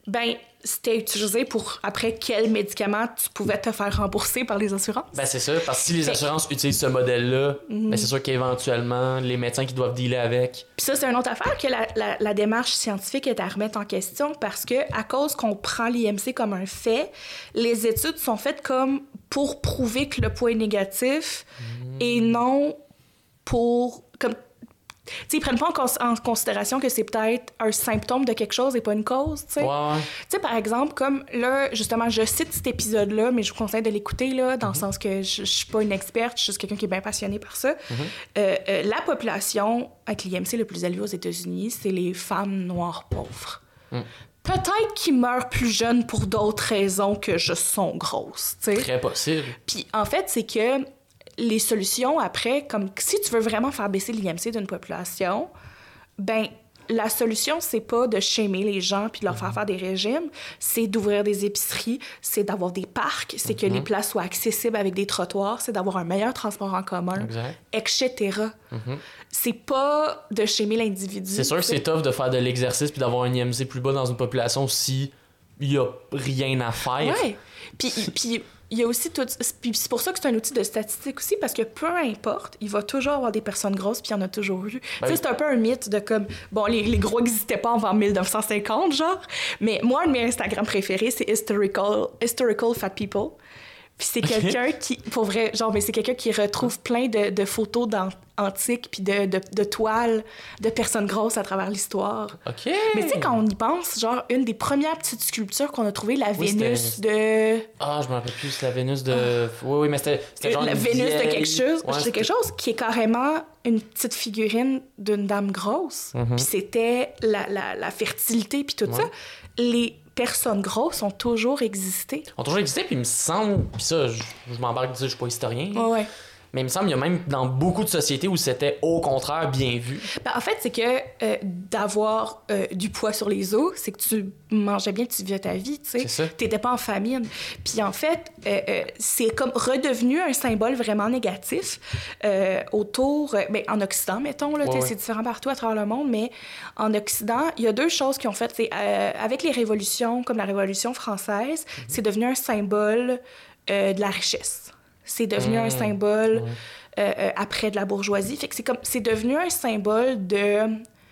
ben, c'était utilisé pour, après, quels médicaments tu pouvais te faire rembourser par les assurances. Ben, c'est ça. Parce que si les Fait- assurances utilisent ce modèle-là, Mhm. ben, c'est sûr qu'éventuellement, les médecins qui doivent dealer avec. Puis ça, c'est une autre affaire que la, la, la démarche scientifique est à remettre en question parce que, à cause qu'on prend l'I M C comme un fait, les études sont faites comme pour prouver que le poids est négatif Mhm. et non pour... comme Tu sais, ils prennent pas en, cons- en considération que c'est peut-être un symptôme de quelque chose et pas une cause, tu sais. Ouais, ouais. Tu sais, par exemple, comme là, justement, je cite cet épisode-là, mais je vous conseille de l'écouter, là, dans le sens que je, je suis pas une experte, je suis juste quelqu'un qui est bien passionné par ça. Euh, euh, la population avec l'I M C le plus élevé aux États-Unis, c'est les femmes noires pauvres. Mm. Peut-être qu'ils meurent plus jeunes pour d'autres raisons que juste sont grosses, tu sais. Très possible. Puis en fait, c'est que les solutions après, comme si tu veux vraiment faire baisser l'I M C d'une population, ben la solution, c'est pas de shamer les gens puis de leur faire faire des régimes, c'est d'ouvrir des épiceries, c'est d'avoir des parcs, c'est que les places soient accessibles avec des trottoirs, c'est d'avoir un meilleur transport en commun, Exact. et cetera. Mhm. C'est pas de shamer l'individu. C'est sûr que c'est tough de faire de l'exercice puis d'avoir un I M C plus bas dans une population si il y a rien à faire. Ouais. Puis, puis il y a aussi tout... Puis c'est pour ça que c'est un outil de statistique aussi, parce que peu importe, il va toujours avoir des personnes grosses, puis il y en a toujours eu. Ben Tu sais, c'est un peu un mythe de comme... Bon, les, les gros n'existaient pas avant mille neuf cent cinquante, genre. Mais moi, un de mes Instagram préférés, c'est Historical, Historical Fat People. Puis c'est quelqu'un qui... Pour vrai, genre, mais c'est quelqu'un qui retrouve plein de, de photos d'an- antiques puis de, de, de toiles de personnes grosses à travers l'histoire. OK. Mais tu sais, quand on y pense, genre, une des premières petites sculptures qu'on a trouvées, la Oui, Vénus de... Ah, je me rappelle plus, c'est la Vénus de... Oui, oui, mais c'était, c'était genre La une Vénus vieille... de quelque chose. Ouais, c'est c'était- quelque chose qui est carrément une petite figurine d'une dame grosse. Mhm. Puis c'était la, la, la fertilité, puis tout Ouais. ça. Les personnes grosses ont toujours existé. Ont toujours existé, puis il me semble... Puis ça, je, je m'embarque, je suis pas historien, Ouais, ouais. mais il me semble qu'il y a même dans beaucoup de sociétés où c'était au contraire bien vu. Ben, en fait, c'est que euh, d'avoir euh, du poids sur les os, c'est que tu mangeais bien, tu vivais ta vie, tu sais. C'est ça. T'étais pas en famine. Puis en fait, euh, euh, c'est comme redevenu un symbole vraiment négatif euh, autour... euh, ben, en Occident, mettons, là, Ouais, tu sais, ouais. c'est différent partout à travers le monde, mais en Occident, il y a deux choses qui ont fait. C'est, euh, avec les révolutions, comme la Révolution française, Mhm. c'est devenu un symbole euh, de la richesse. C'est devenu Mmh. un symbole... Ouais. Euh, euh, après de la bourgeoisie. Fait que c'est comme c'est devenu un symbole de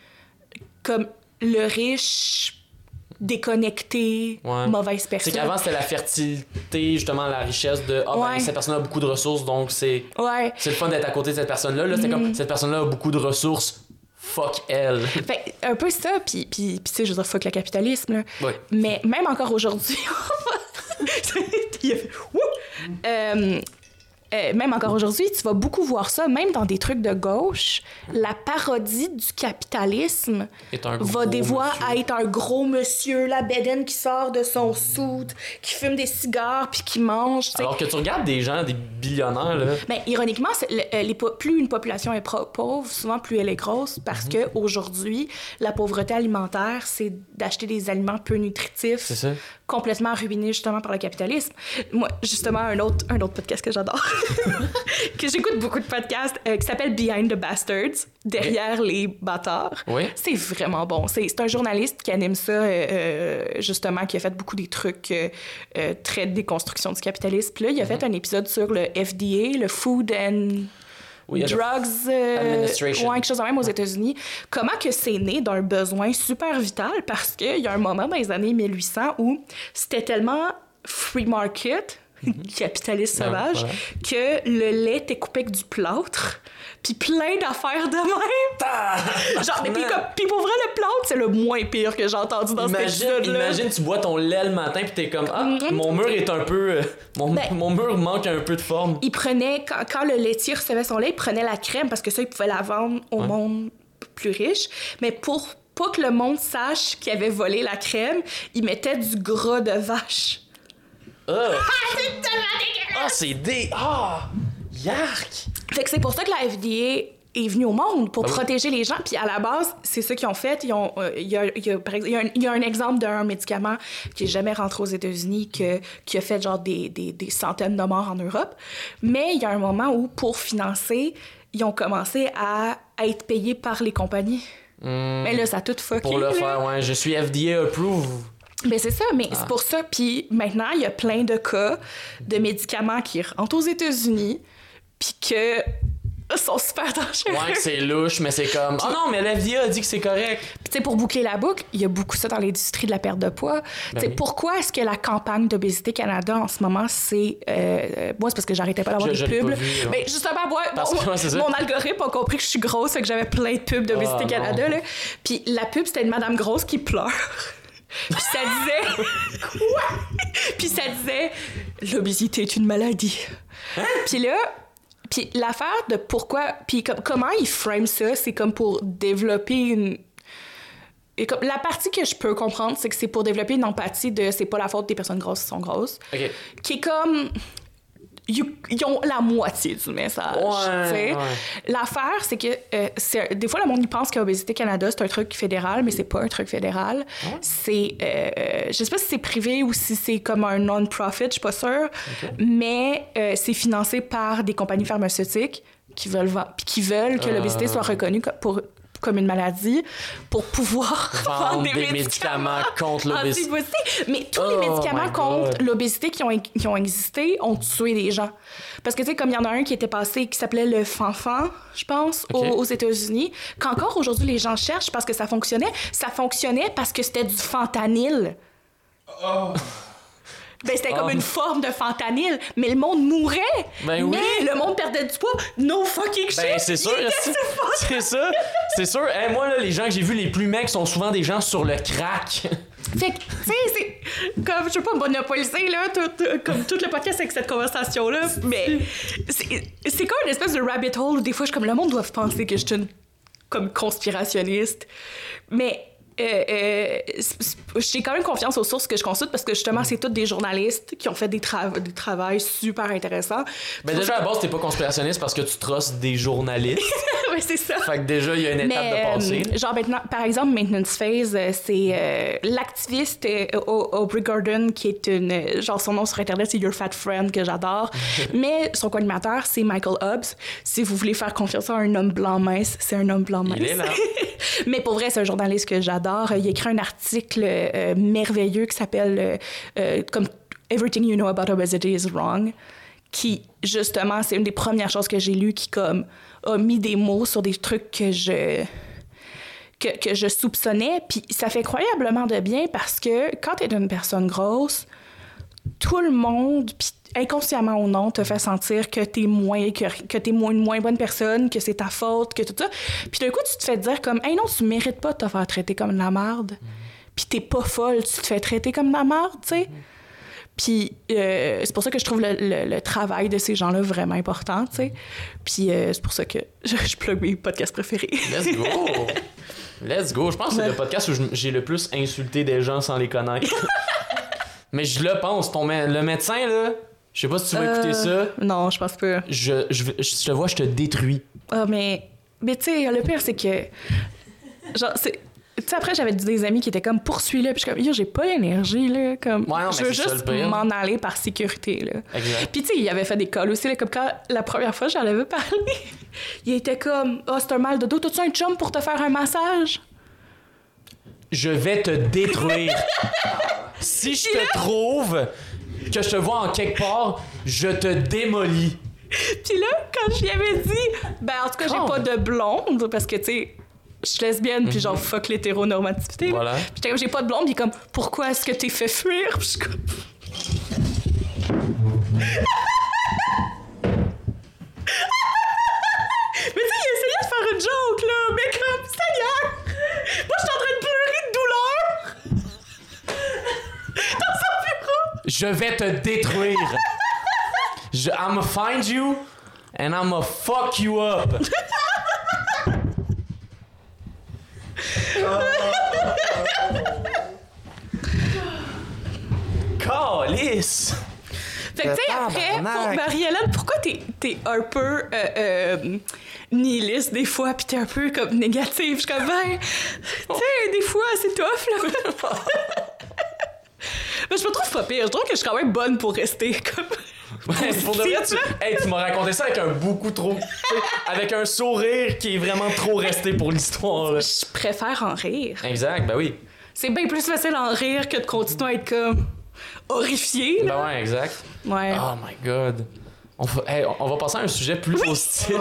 comme le riche déconnecté, Ouais. mauvaise C'est personne. qu'avant, c'était la fertilité, justement, la richesse de « Ah, ben, Ouais. cette personne a beaucoup de ressources, donc c'est, Ouais. c'est le fun d'être à côté de cette personne-là. » Là, c'était Mm. comme « Cette personne-là a beaucoup de ressources, fuck elle. » Fait, un peu ça, puis puis puis tu sais, je veux dire, fuck le capitalisme, là. Ouais. Mais même encore aujourd'hui, il a fait Wouh! Euh, euh, même encore aujourd'hui, tu vas beaucoup voir ça, même dans des trucs de gauche, la parodie du capitalisme Est un va gros des fois monsieur. à être un gros monsieur, la bédaine qui sort de son soude, qui fume des cigares puis qui mange, tu sais. Alors que tu regardes des gens, des billionnaires, là. Mais ironiquement, c'est le- euh, les po- plus une population est pro- pauvre, souvent plus elle est grosse, parce Mhm. que aujourd'hui, la pauvreté alimentaire, c'est d'acheter des aliments peu nutritifs, C'est ça. complètement ruinés justement par le capitalisme. Moi, justement, un autre, un autre podcast que j'adore, que j'écoute beaucoup de podcasts, euh, qui s'appelle Behind the Bastards, derrière les bâtards. Oui. C'est vraiment bon. C'est c'est un journaliste qui anime ça, euh, euh, justement, qui a fait beaucoup des trucs euh, euh, très de déconstruction du capitalisme. Puis là, il a fait un épisode sur le F D A, le Food and Oui, il y a le Drugs euh, Administration. ouais, quelque chose de même aux États-Unis. Comment que c'est né d'un besoin super vital? Parce qu'il y a un moment dans les années mille huit cents où c'était tellement free market, capitaliste Ben, sauvage, voilà. que le lait était coupé avec du plâtre, puis plein d'affaires de même. Genre, mais puis comme, puis pour vrai, le plâtre, c'est le moins pire que j'ai entendu dans cet Imagine, épisode-là. imagine, tu bois ton lait le matin pis t'es comme « Ah, Mhm. mon mur est un peu... euh, mon, Ben- mon mur manque un peu de forme. Il prenait, quand, quand le laitier recevait son lait, il prenait la crème parce que ça, il pouvait la vendre au Ouais. monde plus riche. Mais pour pas que le monde sache qu'il avait volé la crème, il mettait du gras de vache. Ah, C'est tellement dégueulasse! ah c'est dé... Ah! Yark! Fait que c'est pour ça que la F D A est venue au monde, pour Ah oui. protéger les gens. Puis à la base, c'est ça qu'ils ont fait. Ils ont, euh, il y a, il y a, par exemple, il y a un, il y a un exemple d'un médicament qui est jamais rentré aux États-Unis, que, qui a fait genre des, des, des centaines de morts en Europe. Mais il y a un moment où, pour financer, ils ont commencé à, à être payés par les compagnies. Hmm, Mais là, ça a tout fucké. pour le là. faire, ouais. Je suis F D A approved. Ben c'est ça, mais Ah. c'est pour ça. Puis maintenant, il y a plein de cas de médicaments qui rentrent aux États-Unis, puis que sont super dangereux. Ouais, que c'est louche, mais c'est comme... Oh non, mais l'F D A a dit que c'est correct. Puis tu sais, pour boucler la boucle, il y a beaucoup ça dans l'industrie de la perte de poids. Ben tu sais, oui. pourquoi est-ce que la campagne d'Obésité Canada en ce moment, c'est... Euh, moi, c'est parce que j'arrêtais pas d'avoir Je- des je l'ai pubs. pas vu, là. Mais justement, moi, Parce que, mon, ouais, c'est ça. mon algorithme a compris que je suis grosse, fait que j'avais plein de pubs d'Obésité Ah, Canada. non. Là. Puis la pub, c'était une madame grosse qui pleure. Puis ça disait... Quoi? Puis ça disait... L'obésité est une maladie. Hein? Puis là... Puis l'affaire de pourquoi... Puis comme, comment ils frame ça, c'est comme pour développer une... Et comme, la partie que je peux comprendre, c'est que c'est pour développer une empathie de c'est pas la faute des personnes grosses qui sont grosses. OK. Qui est comme... Ils, ils ont la moitié du message. Ouais, tu sais. ouais. L'affaire, c'est que euh, c'est, des fois, le monde y pense qu'Obésité Canada, c'est un truc fédéral, mais c'est pas un truc fédéral. Ouais. C'est... Euh, je sais pas si c'est privé ou si c'est comme un non-profit, je suis pas sûre. OK. Mais euh, c'est financé par des compagnies pharmaceutiques qui veulent, va- puis qui veulent que Euh. l'obésité soit reconnue co- pour, comme une maladie pour pouvoir Vendre des médicaments contre l'obésité. anti-obésité. Mais tous Oh les médicaments my contre God. l'obésité qui ont, qui ont existé ont tué des gens. Parce que, tu sais, comme il y en a un qui était passé, qui s'appelait le Fanfan, je pense, OK. aux, aux États-Unis, qu'encore aujourd'hui, les gens cherchent parce que ça fonctionnait. Ça fonctionnait parce que c'était du fentanyl. Ben, c'était comme Oh. une forme de fentanyl, mais le monde mourait. Ben mais oui. le monde perdait du poids. No fucking shit. Ben, c'est sûr, Il était c'est, sur fentanyl. c'est ça. C'est sûr. Hey, moi, là, les gens que j'ai vus les plus mecs sont souvent des gens sur le crack. Fait que, tu sais, c'est comme, je veux pas monopoliser, là, tout, euh, comme tout le podcast avec cette conversation-là, mais c'est, c'est comme une espèce de rabbit hole où des fois, je suis comme, le monde doit penser que je suis une comme conspirationniste. Mais euh, euh, c'est- c'est- j'ai quand même confiance aux sources que je consulte parce que justement, c'est tous des journalistes qui ont fait des, tra- des travails super intéressants. Ben, déjà, à la base, t'es pas conspirationniste parce que tu trosses des journalistes. Ouais, c'est ça. Fait que déjà, il y a une étape Mais, de passer. euh, genre maintenant, par exemple, Maintenance Phase, euh, c'est euh, l'activiste euh, Au- Aubrey Gordon qui est une... euh, Genre, son nom sur Internet, c'est Your Fat Friend, que j'adore. Mais son co-animateur, c'est Michael Hobbs. Si vous voulez faire confiance à un homme blanc mince, c'est un homme blanc mince. Il est là. Mais pour vrai, c'est un journaliste que j'adore. Il a écrit un article euh, merveilleux qui s'appelle euh, euh, comme Everything You Know About Obesity is Wrong, qui, justement, c'est une des premières choses que j'ai lues qui, comme, a mis des mots sur des trucs que je... Que, que je soupçonnais, puis ça fait croyablement de bien parce que quand t'es une personne grosse, tout le monde, puis inconsciemment ou non, te fait sentir que t'es moins que, que t'es moins, une moins bonne personne, que c'est ta faute, que tout ça. Puis d'un coup, tu te fais dire comme, hey non, tu mérites pas de te faire traiter comme de la merde. Puis t'es pas folle, tu te fais traiter comme de la merde, tu sais. Puis euh, c'est pour ça que je trouve le, le, le travail de ces gens-là vraiment important, tu sais. Puis euh, c'est pour ça que je, je plug mes podcasts préférés. Let's go! Let's go! Je pense que c'est Ouais. le podcast où je- j'ai le plus insulté des gens sans les connaître. Mais je le pense. Ton mé- le médecin, là, je sais pas si tu vas écouter ça. Euh, Non, je pense pas. Je, je, je te vois, je te détruis. Ah, mais, mais tu sais, le pire, c'est que. Genre, c'est. Tu sais, après, j'avais des amis qui étaient comme poursuis-le, puis je suis comme, yo, j'ai pas l'énergie, là. Comme, Ouais, non, mais je veux c'est ça, juste le pire. m'en aller par sécurité, là. Exact. Puis, tu sais, il avait fait des calls aussi, là, comme quand la première fois, j'en avais parlé. Il était comme, ah, oh, c'est un mal de dos, t'as-tu un chum pour te faire un massage? Je vais te détruire. Si je te trouve, que je te vois en quelque part, je te démolis. Puis là, quand je lui avais dit, ben, en tout cas, j'ai Quand? pas de blonde, parce que, tu sais, je suis lesbienne, puis genre, fuck l'hétéronormativité. là. Voilà. Puis j'étais comme, j'ai pas de blonde, puis comme, pourquoi est-ce que t'es fait fuir? Puis je suis comme. Mais tu sais, il essayait de faire une joke, là, mais comme, Seigneur! Moi, je suis en train de pleurer de douleur! Dans son bureau! Je vais te détruire. Je, I'ma find you and I'ma fuck you up. Calice! Fait que, tu sais, après, pour Marie-Hélène, pourquoi t'es, t'es un peu euh, euh, nihiliste des fois, pis t'es un peu comme négative? Je suis comme, ben, tu sais, des fois, c'est tough, là. Mais je me trouve pas pire. Je trouve que je suis quand même bonne pour rester comme. Ouais, pour de vrai, tu, hey, tu m'as raconté ça avec un beaucoup trop. tu sais, avec un sourire qui est vraiment trop resté pour l'histoire. là. Je préfère en rire. Exact, ben oui. c'est bien plus facile d'en rire que de continuer à être comme horrifié. Là. Ben ouais, exact. Ouais. Oh my god. On va, hey, on va passer à un sujet plus oui. positif.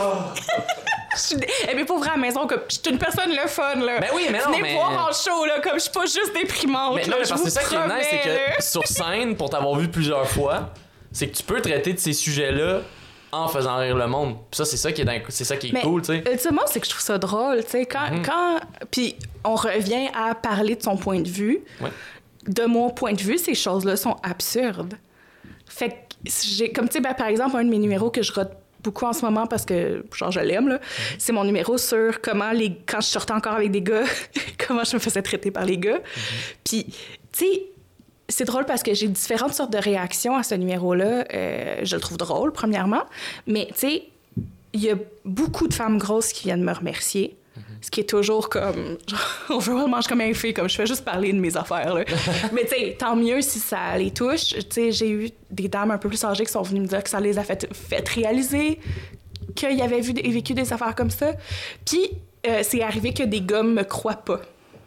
Je suis... Eh bien, pour vrai, à la maison, comme, je suis une personne le fun, là. Ben oui, mais non, Venez mais... me voir en show, là, comme je suis pas juste déprimante, mais là, non, mais je parce vous que c'est ça qui est nice, c'est que là. sur scène, pour t'avoir vu plusieurs fois, c'est que tu peux traiter de ces sujets-là en faisant rire le monde. Puis ça, c'est ça qui est, dingue, c'est ça qui est mais, cool, tu sais. Ultimement, c'est que je trouve ça drôle, tu sais, quand... Mm-hmm. quand... Puis on revient à parler de son point de vue. Ouais. De mon point de vue, ces choses-là sont absurdes. Fait que j'ai... Comme, tu sais, ben, par exemple, un de mes numéros que je rate beaucoup en ce moment parce que, genre, je l'aime, là, mm-hmm. c'est mon numéro sur comment, les... quand je sortais encore avec des gars, comment je me faisais traiter par les gars. Mm-hmm. Puis, tu sais... C'est drôle parce que j'ai différentes sortes de réactions à ce numéro-là. Euh, je le trouve drôle, premièrement. Mais, tu sais, il y a beaucoup de femmes grosses qui viennent me remercier. Mm-hmm. Ce qui est toujours comme... Genre, on veut vraiment manger comme un fille, comme je fais juste parler de mes affaires, là. Mais, tu sais, tant mieux si ça les touche. Tu sais, j'ai eu des dames un peu plus âgées qui sont venues me dire que ça les a fait, fait réaliser qu'ils avaient vu, vécu des affaires comme ça. Puis, euh, c'est arrivé que des gars me croient pas.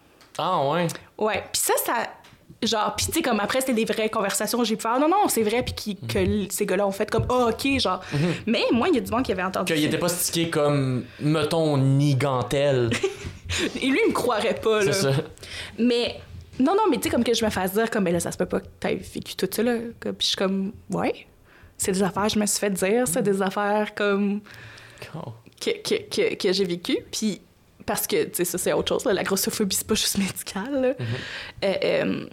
Ah, ouais? Ouais. Puis ça, ça... Genre, pis tu sais, comme après, c'était des vraies conversations, j'ai pu faire, non, non, c'est vrai, puis qui, que mm-hmm. ces gars-là ont fait comme, ah, oh, OK, genre. Mm-hmm. Mais moi, il y a du monde qui avait entendu. Qu'il était pas stické comme, mettons, Nigantel. Et lui, il me croirait pas, là. C'est ça. Mais, non, non, mais tu sais, comme que je me fasse dire, comme, mais là, ça se peut pas que t'aies vécu tout ça, là. Puis je suis comme, ouais, c'est des affaires, je me suis fait dire, c'est des affaires comme. Oh. que, que, que, que j'ai vécues, puis. Parce que, tu sais, ça, c'est autre chose, là. La grossophobie, c'est pas juste médical, là. Mm-hmm. Euh, euh,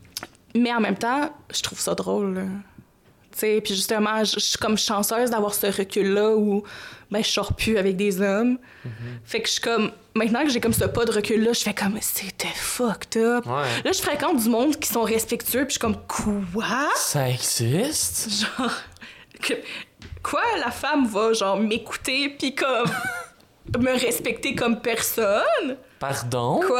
mais en même temps, je trouve ça drôle, là. Tu sais, puis justement, je suis comme chanceuse d'avoir ce recul-là où, ben, je sors plus avec des hommes. Mm-hmm. Fait que je suis comme... Maintenant que j'ai comme ce pas de recul-là, je fais comme, c'était fucked up. Ouais. Là, je fréquente du monde qui sont respectueux, puis je suis comme, quoi? Ça existe? Genre... Que, quoi? La femme va, genre, m'écouter, puis comme... me respecter comme personne? Pardon? Quoi?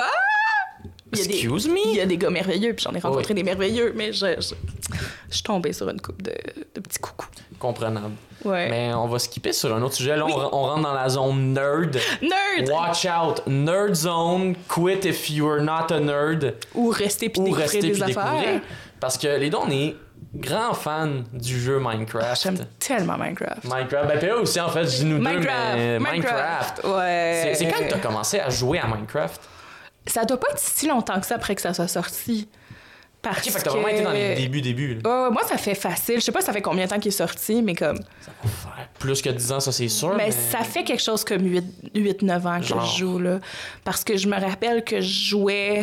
Excuse des, me? Il y a des gars merveilleux, puis j'en ai rencontré oh oui. des merveilleux, mais je, je, je suis tombée sur une couple de, de petits coucous. Comprenable. Ouais. Mais on va skipper sur un autre sujet. Là, oui. on, on rentre dans la zone nerd. Nerd! Watch out! Nerd zone. Quit if you're not a nerd. Ou rester puis découvrir rester des puis affaires. Découvrir. Parce que les deux, on est grands fans du jeu Minecraft. Ah, j'aime tellement Minecraft. Minecraft. Ben, puis là aussi, en fait, je dis nous Minecraft. deux, mais Minecraft. Minecraft. Ouais. C'est, c'est quand que t'as commencé à jouer à Minecraft? Ça doit pas être si longtemps que ça après que ça soit sorti. Parce ok, fait que t'as vraiment été dans les débuts, débuts. Ouais, moi, ça fait facile. Je sais pas ça fait combien de temps qu'il est sorti, mais comme... Ça va faire plus que dix ans, ça, c'est sûr. Mais, mais... ça fait quelque chose comme huit neuf ans que Genre. je joue, là. Parce que je me rappelle que je jouais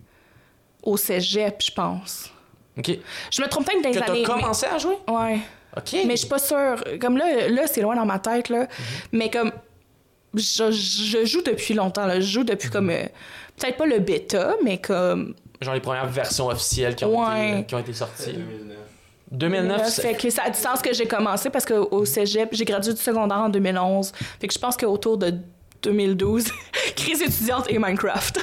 au cégep, je pense. OK. Je me trompe peut-être dans les que années... Que t'as commencé mais... à jouer? Ouais. OK. Mais je suis pas sûre. Comme là, là c'est loin dans ma tête, là. Mm-hmm. Mais comme... Je, je joue depuis longtemps, là. Je joue depuis mm-hmm. comme... Euh, peut-être pas le bêta, mais comme... Genre les premières versions officielles qui ont, ouais. été, qui ont été sorties. deux mille neuf Ça fait que ça a du sens que j'ai commencé parce qu'au cégep, j'ai gradué du secondaire en deux mille onze. Fait que je pense qu'autour de deux mille douze, crise étudiante et Minecraft.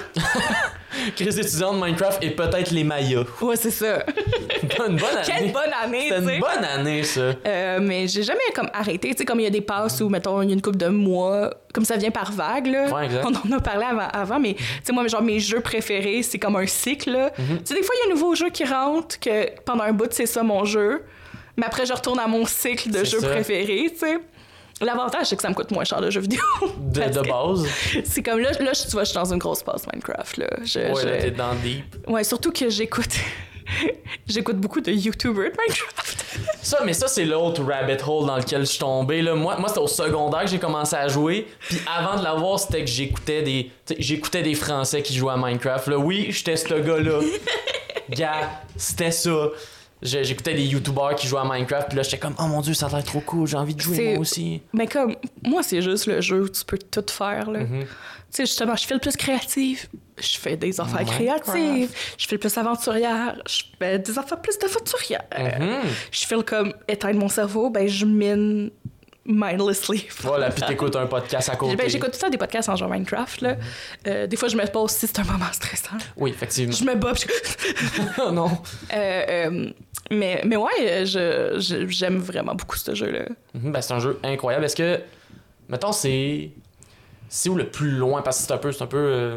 Crise étudiante, Minecraft et peut-être les Mayas. Ouais, c'est ça. Une bonne année. Quelle bonne année, tu sais. C'était une bonne année, ça. Euh, mais j'ai jamais comme arrêté. Tu sais, comme il y a des passes où, mettons, il y a une couple de mois, comme ça vient par vague, là. Ouais, exact. On en a parlé avant, avant mais tu sais, moi, genre, mes jeux préférés, c'est comme un cycle, là. Mm-hmm. Tu sais, des fois, il y a un nouveau jeu qui rentre, que pendant un bout, c'est ça mon jeu. Mais après, je retourne à mon cycle de c'est jeux ça. préférés, tu sais. L'avantage, c'est que ça me coûte moins cher de jeux vidéo. De, de base. C'est comme là, là, tu vois, je suis dans une grosse passe Minecraft, là. Je, ouais, je... là, t'es dans deep. Ouais, surtout que j'écoute... j'écoute beaucoup de YouTubers de Minecraft. Ça, mais ça, c'est l'autre rabbit hole dans lequel je suis tombé, là. Moi, moi c'était au secondaire que j'ai commencé à jouer. Puis avant de l'avoir, c'était que j'écoutais des... j'écoutais des Français qui jouaient à Minecraft, là. Oui, j'étais ce gars-là. Gars, c'était ça. J'écoutais des youtubeurs qui jouaient à Minecraft, puis là, j'étais comme, oh mon dieu, ça a l'air trop cool, j'ai envie de jouer c'est... moi aussi. Mais comme, moi, c'est juste le jeu où tu peux tout faire, là. Mm-hmm. Tu sais, justement, je fais le plus créatif, je fais des affaires Minecraft. créatives, je fais le plus aventurière, je fais des affaires plus d'aventurière. Mm-hmm. Je fais le comme éteindre mon cerveau, ben, je mine mindlessly. Voilà, puis t'écoutes un podcast à côté. Ben, j'écoute tout ça des podcasts en genre Minecraft, là. Mm-hmm. Euh, des fois, je me pose si c'est un moment stressant. Oui, effectivement. Je me bats, puis je... oh non. Euh, euh, mais, mais ouais, je, je, j'aime vraiment beaucoup ce jeu-là. Mm-hmm, ben, c'est un jeu incroyable. Est-ce que, mettons, c'est... C'est où le plus loin? Parce que c'est un peu... C'est un peu euh...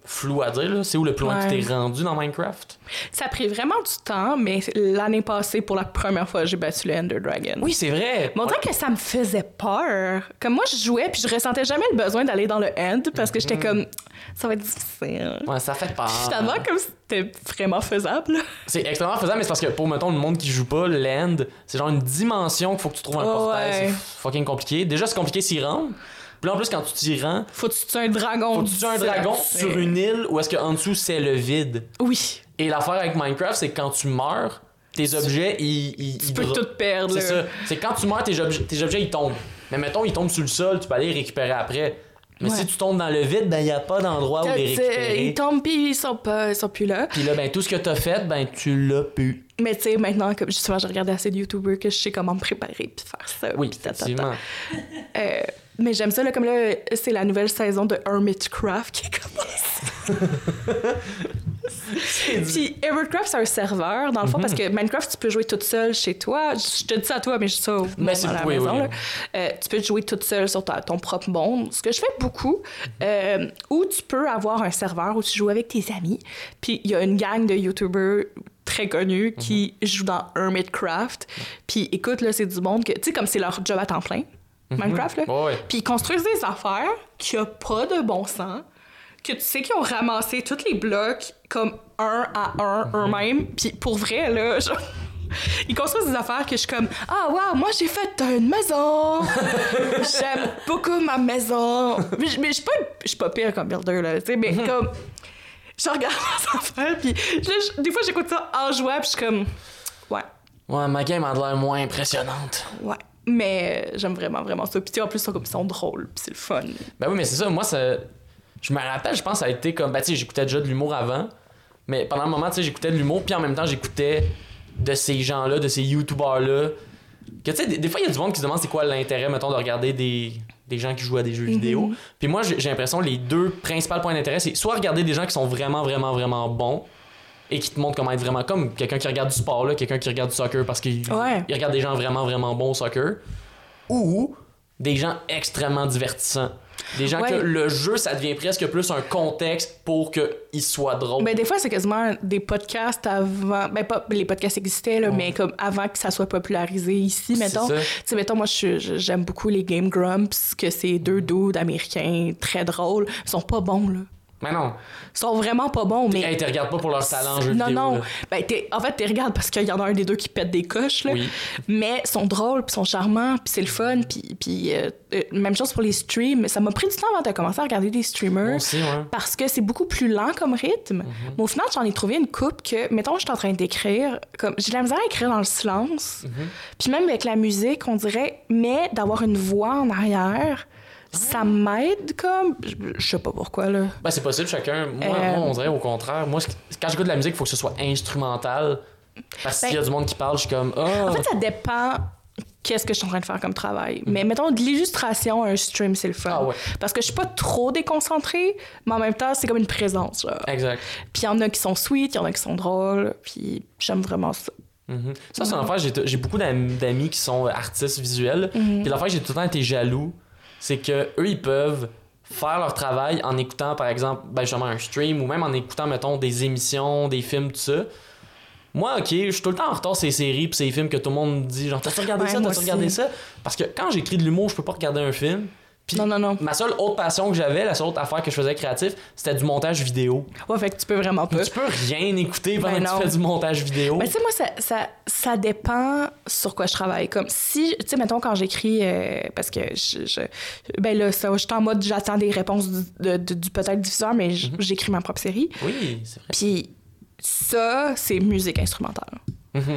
flou à dire, là. C'est où le plus loin Ouais. que tu t'es rendu dans Minecraft? Ça a pris vraiment du temps, mais l'année passée, pour la première fois, j'ai battu le Ender Dragon. Oui, c'est vrai! Mais on dirait que ça me faisait peur. Comme moi, je jouais, puis je ressentais jamais le besoin d'aller dans le end, parce que j'étais comme, ça va être difficile. Ouais, ça fait peur. Puis finalement, comme c'était vraiment faisable. C'est extrêmement faisable, mais c'est parce que pour, mettons, le monde qui joue pas, l'end, c'est genre une dimension qu'il faut que tu trouves un Oh, portail. ouais. C'est fucking compliqué. Déjà, c'est compliqué s'y rendre. Puis là, en plus, quand tu t'y rends, Faut que tu tues un dragon. faut que tu tues un dragon C'est- sur une île où est-ce qu'en dessous, c'est le vide. Oui. Et l'affaire avec Minecraft, c'est que quand tu meurs, tes objets, ils... ils Tu ils peux dro- tout perdre. C'est là. ça. C'est quand tu meurs, tes objets, tes objets, ils tombent. Mais mettons, ils tombent sur le sol, tu peux aller les récupérer après. Mais Ouais. si tu tombes dans le vide, ben, il n'y a pas d'endroit où les T'as- t'sais, récupérer. Ils tombent puis ils sont pas, ils sont plus là. Puis là, ben, tout ce que t'as fait, ben, tu l'as pu. Mais tu sais, maintenant, comme justement, j'ai regardé assez de YouTubers que je sais comment me préparer puis faire ça. Oui, puis ta, ta, ta. effectivement. Euh, mais j'aime ça, là, comme là, c'est la nouvelle saison de Hermitcraft qui commence. Puis Hermitcraft, c'est un serveur, dans le fond, parce que Minecraft, tu peux jouer toute seule chez toi. Je te dis ça à toi, mais je dis ça au monde Mais c'est- à la oui, maison. oui. là. Euh, tu peux jouer toute seule sur ta- ton propre monde, ce que je fais beaucoup. Euh, ou tu peux avoir un serveur où tu joues avec tes amis. Puis il y a une gang de YouTubers très connus qui jouent dans Hermitcraft. Puis écoute, là, c'est du monde que... Tu sais, comme c'est leur job à temps plein, Minecraft, là. Ouais, ouais. Puis ils construisent des affaires qui n'ont pas de bon sens, que tu sais qu'ils ont ramassé tous les blocs comme un à un eux-mêmes. Puis pour vrai, là, genre, ils construisent des affaires que je suis comme « Ah, wow, moi j'ai fait une maison! J'aime beaucoup ma maison! » Mais je mais je suis pas, je suis pas pire comme builder, là, tu sais, mais comme... Je regarde les affaires, puis là, je- des fois j'écoute ça en jouant, puis je suis comme « Ouais, Ouais, ma game a l'air moins impressionnante. ouais. » Mais euh, j'aime vraiment, vraiment ça. Puis tu sais, en plus, ils sont, comme, ils sont drôles, puis c'est le fun. Ben oui, mais c'est ça. Moi, ça... je me rappelle, je pense, ça a été comme. Ben, tu sais, j'écoutais déjà de l'humour avant. Mais pendant un moment, tu sais, j'écoutais de l'humour. Puis en même temps, j'écoutais de ces gens-là, de ces YouTubers-là. Que tu sais, des, des fois, il y a du monde qui se demande c'est quoi l'intérêt, mettons, de regarder des, des gens qui jouent à des jeux vidéo. Puis moi, j'ai j'ai l'impression que les deux principaux points d'intérêt, c'est soit regarder des gens qui sont vraiment, vraiment, vraiment bons et qui te montrent comment être vraiment comme quelqu'un qui regarde du sport, là, quelqu'un qui regarde du soccer parce qu'il Ouais. il regarde des gens vraiment, vraiment bons au soccer. Ou des gens extrêmement divertissants. Des gens Ouais. que le jeu, ça devient presque plus un contexte pour qu'il soit drôle. Ben, des fois, c'est quasiment des podcasts avant. Ben, pas les podcasts existaient, là, Ouais. mais comme avant que ça soit popularisé ici, mettons. ça. Tu sais, mettons, moi, je suis- je- j'aime beaucoup les Game Grumps, que c'est deux dudes américains très drôles. Ils sont pas bons, là. Mais non. Ils sont vraiment pas bons, mais. Hey, tu regardes pas pour leur talent en jeu non, vidéo. non. là. Ben, t'es- en fait, tu regardes parce qu'il y en a un des deux qui pète des coches, là. Oui. Mais ils sont drôles, puis ils sont charmants, puis c'est le fun, puis, puis euh, euh, même chose pour les streams. Ça m'a pris du temps avant de commencer à regarder des streamers. Moi aussi, ouais. Parce que c'est beaucoup plus lent comme rythme. Mais au final, j'en ai trouvé une coupe que, mettons, je suis en train d'écrire, comme j'ai de la misère à écrire dans le silence. Puis même avec la musique, on dirait, mais d'avoir une voix en arrière, ça m'aide comme. Je, je sais pas pourquoi, là. Ben, c'est possible, chacun. Moi, Euh, moi, on dirait au contraire. Moi, ce- quand j'écoute de la musique, il faut que ce soit instrumental. Parce Ben- qu'il y a du monde qui parle, je suis comme. Ah! En fait, ça dépend qu'est-ce que je suis en train de faire comme travail. Mais mettons, de l'illustration, un stream, c'est le fun. Ah ouais. Parce que je suis pas trop déconcentrée, mais en même temps, c'est comme une présence. Genre. Exact. Puis il y en a qui sont sweet, il y en a qui sont drôles, puis j'aime vraiment ça. Mhm. Ça, c'est une affaire. J'ai, j'ai beaucoup d'am- d'amis qui sont artistes visuels. Puis l'affaire que j'ai tout le temps été jaloux, c'est que eux ils peuvent faire leur travail en écoutant, par exemple, ben justement un stream ou même en écoutant, mettons, des émissions, des films, tout ça. Moi, ok, je suis tout le temps en retard ces séries pis ces films que tout le monde dit, genre, t'as-tu regardé Ouais, ça, moi t'as-tu aussi. regardé ça? Parce que quand j'écris de l'humour, je peux pas regarder un film. Puis Non, non, non. ma seule autre passion que j'avais, la seule autre affaire que je faisais créatif, c'était du montage vidéo. Ouais, fait que tu peux vraiment pas. Tu peux rien écouter pendant Ben que non. tu fais du montage vidéo. Mais tu sais, moi, ça, ça, ça dépend sur quoi je travaille. Comme si, tu sais, mettons, quand j'écris, euh, parce que je, je- ben là, ça, je suis en mode, j'attends des réponses du, de- de- du peut-être diffuseur, mais j- j'écris ma propre série. Oui, c'est vrai. Puis ça, c'est musique instrumentale. Mhm.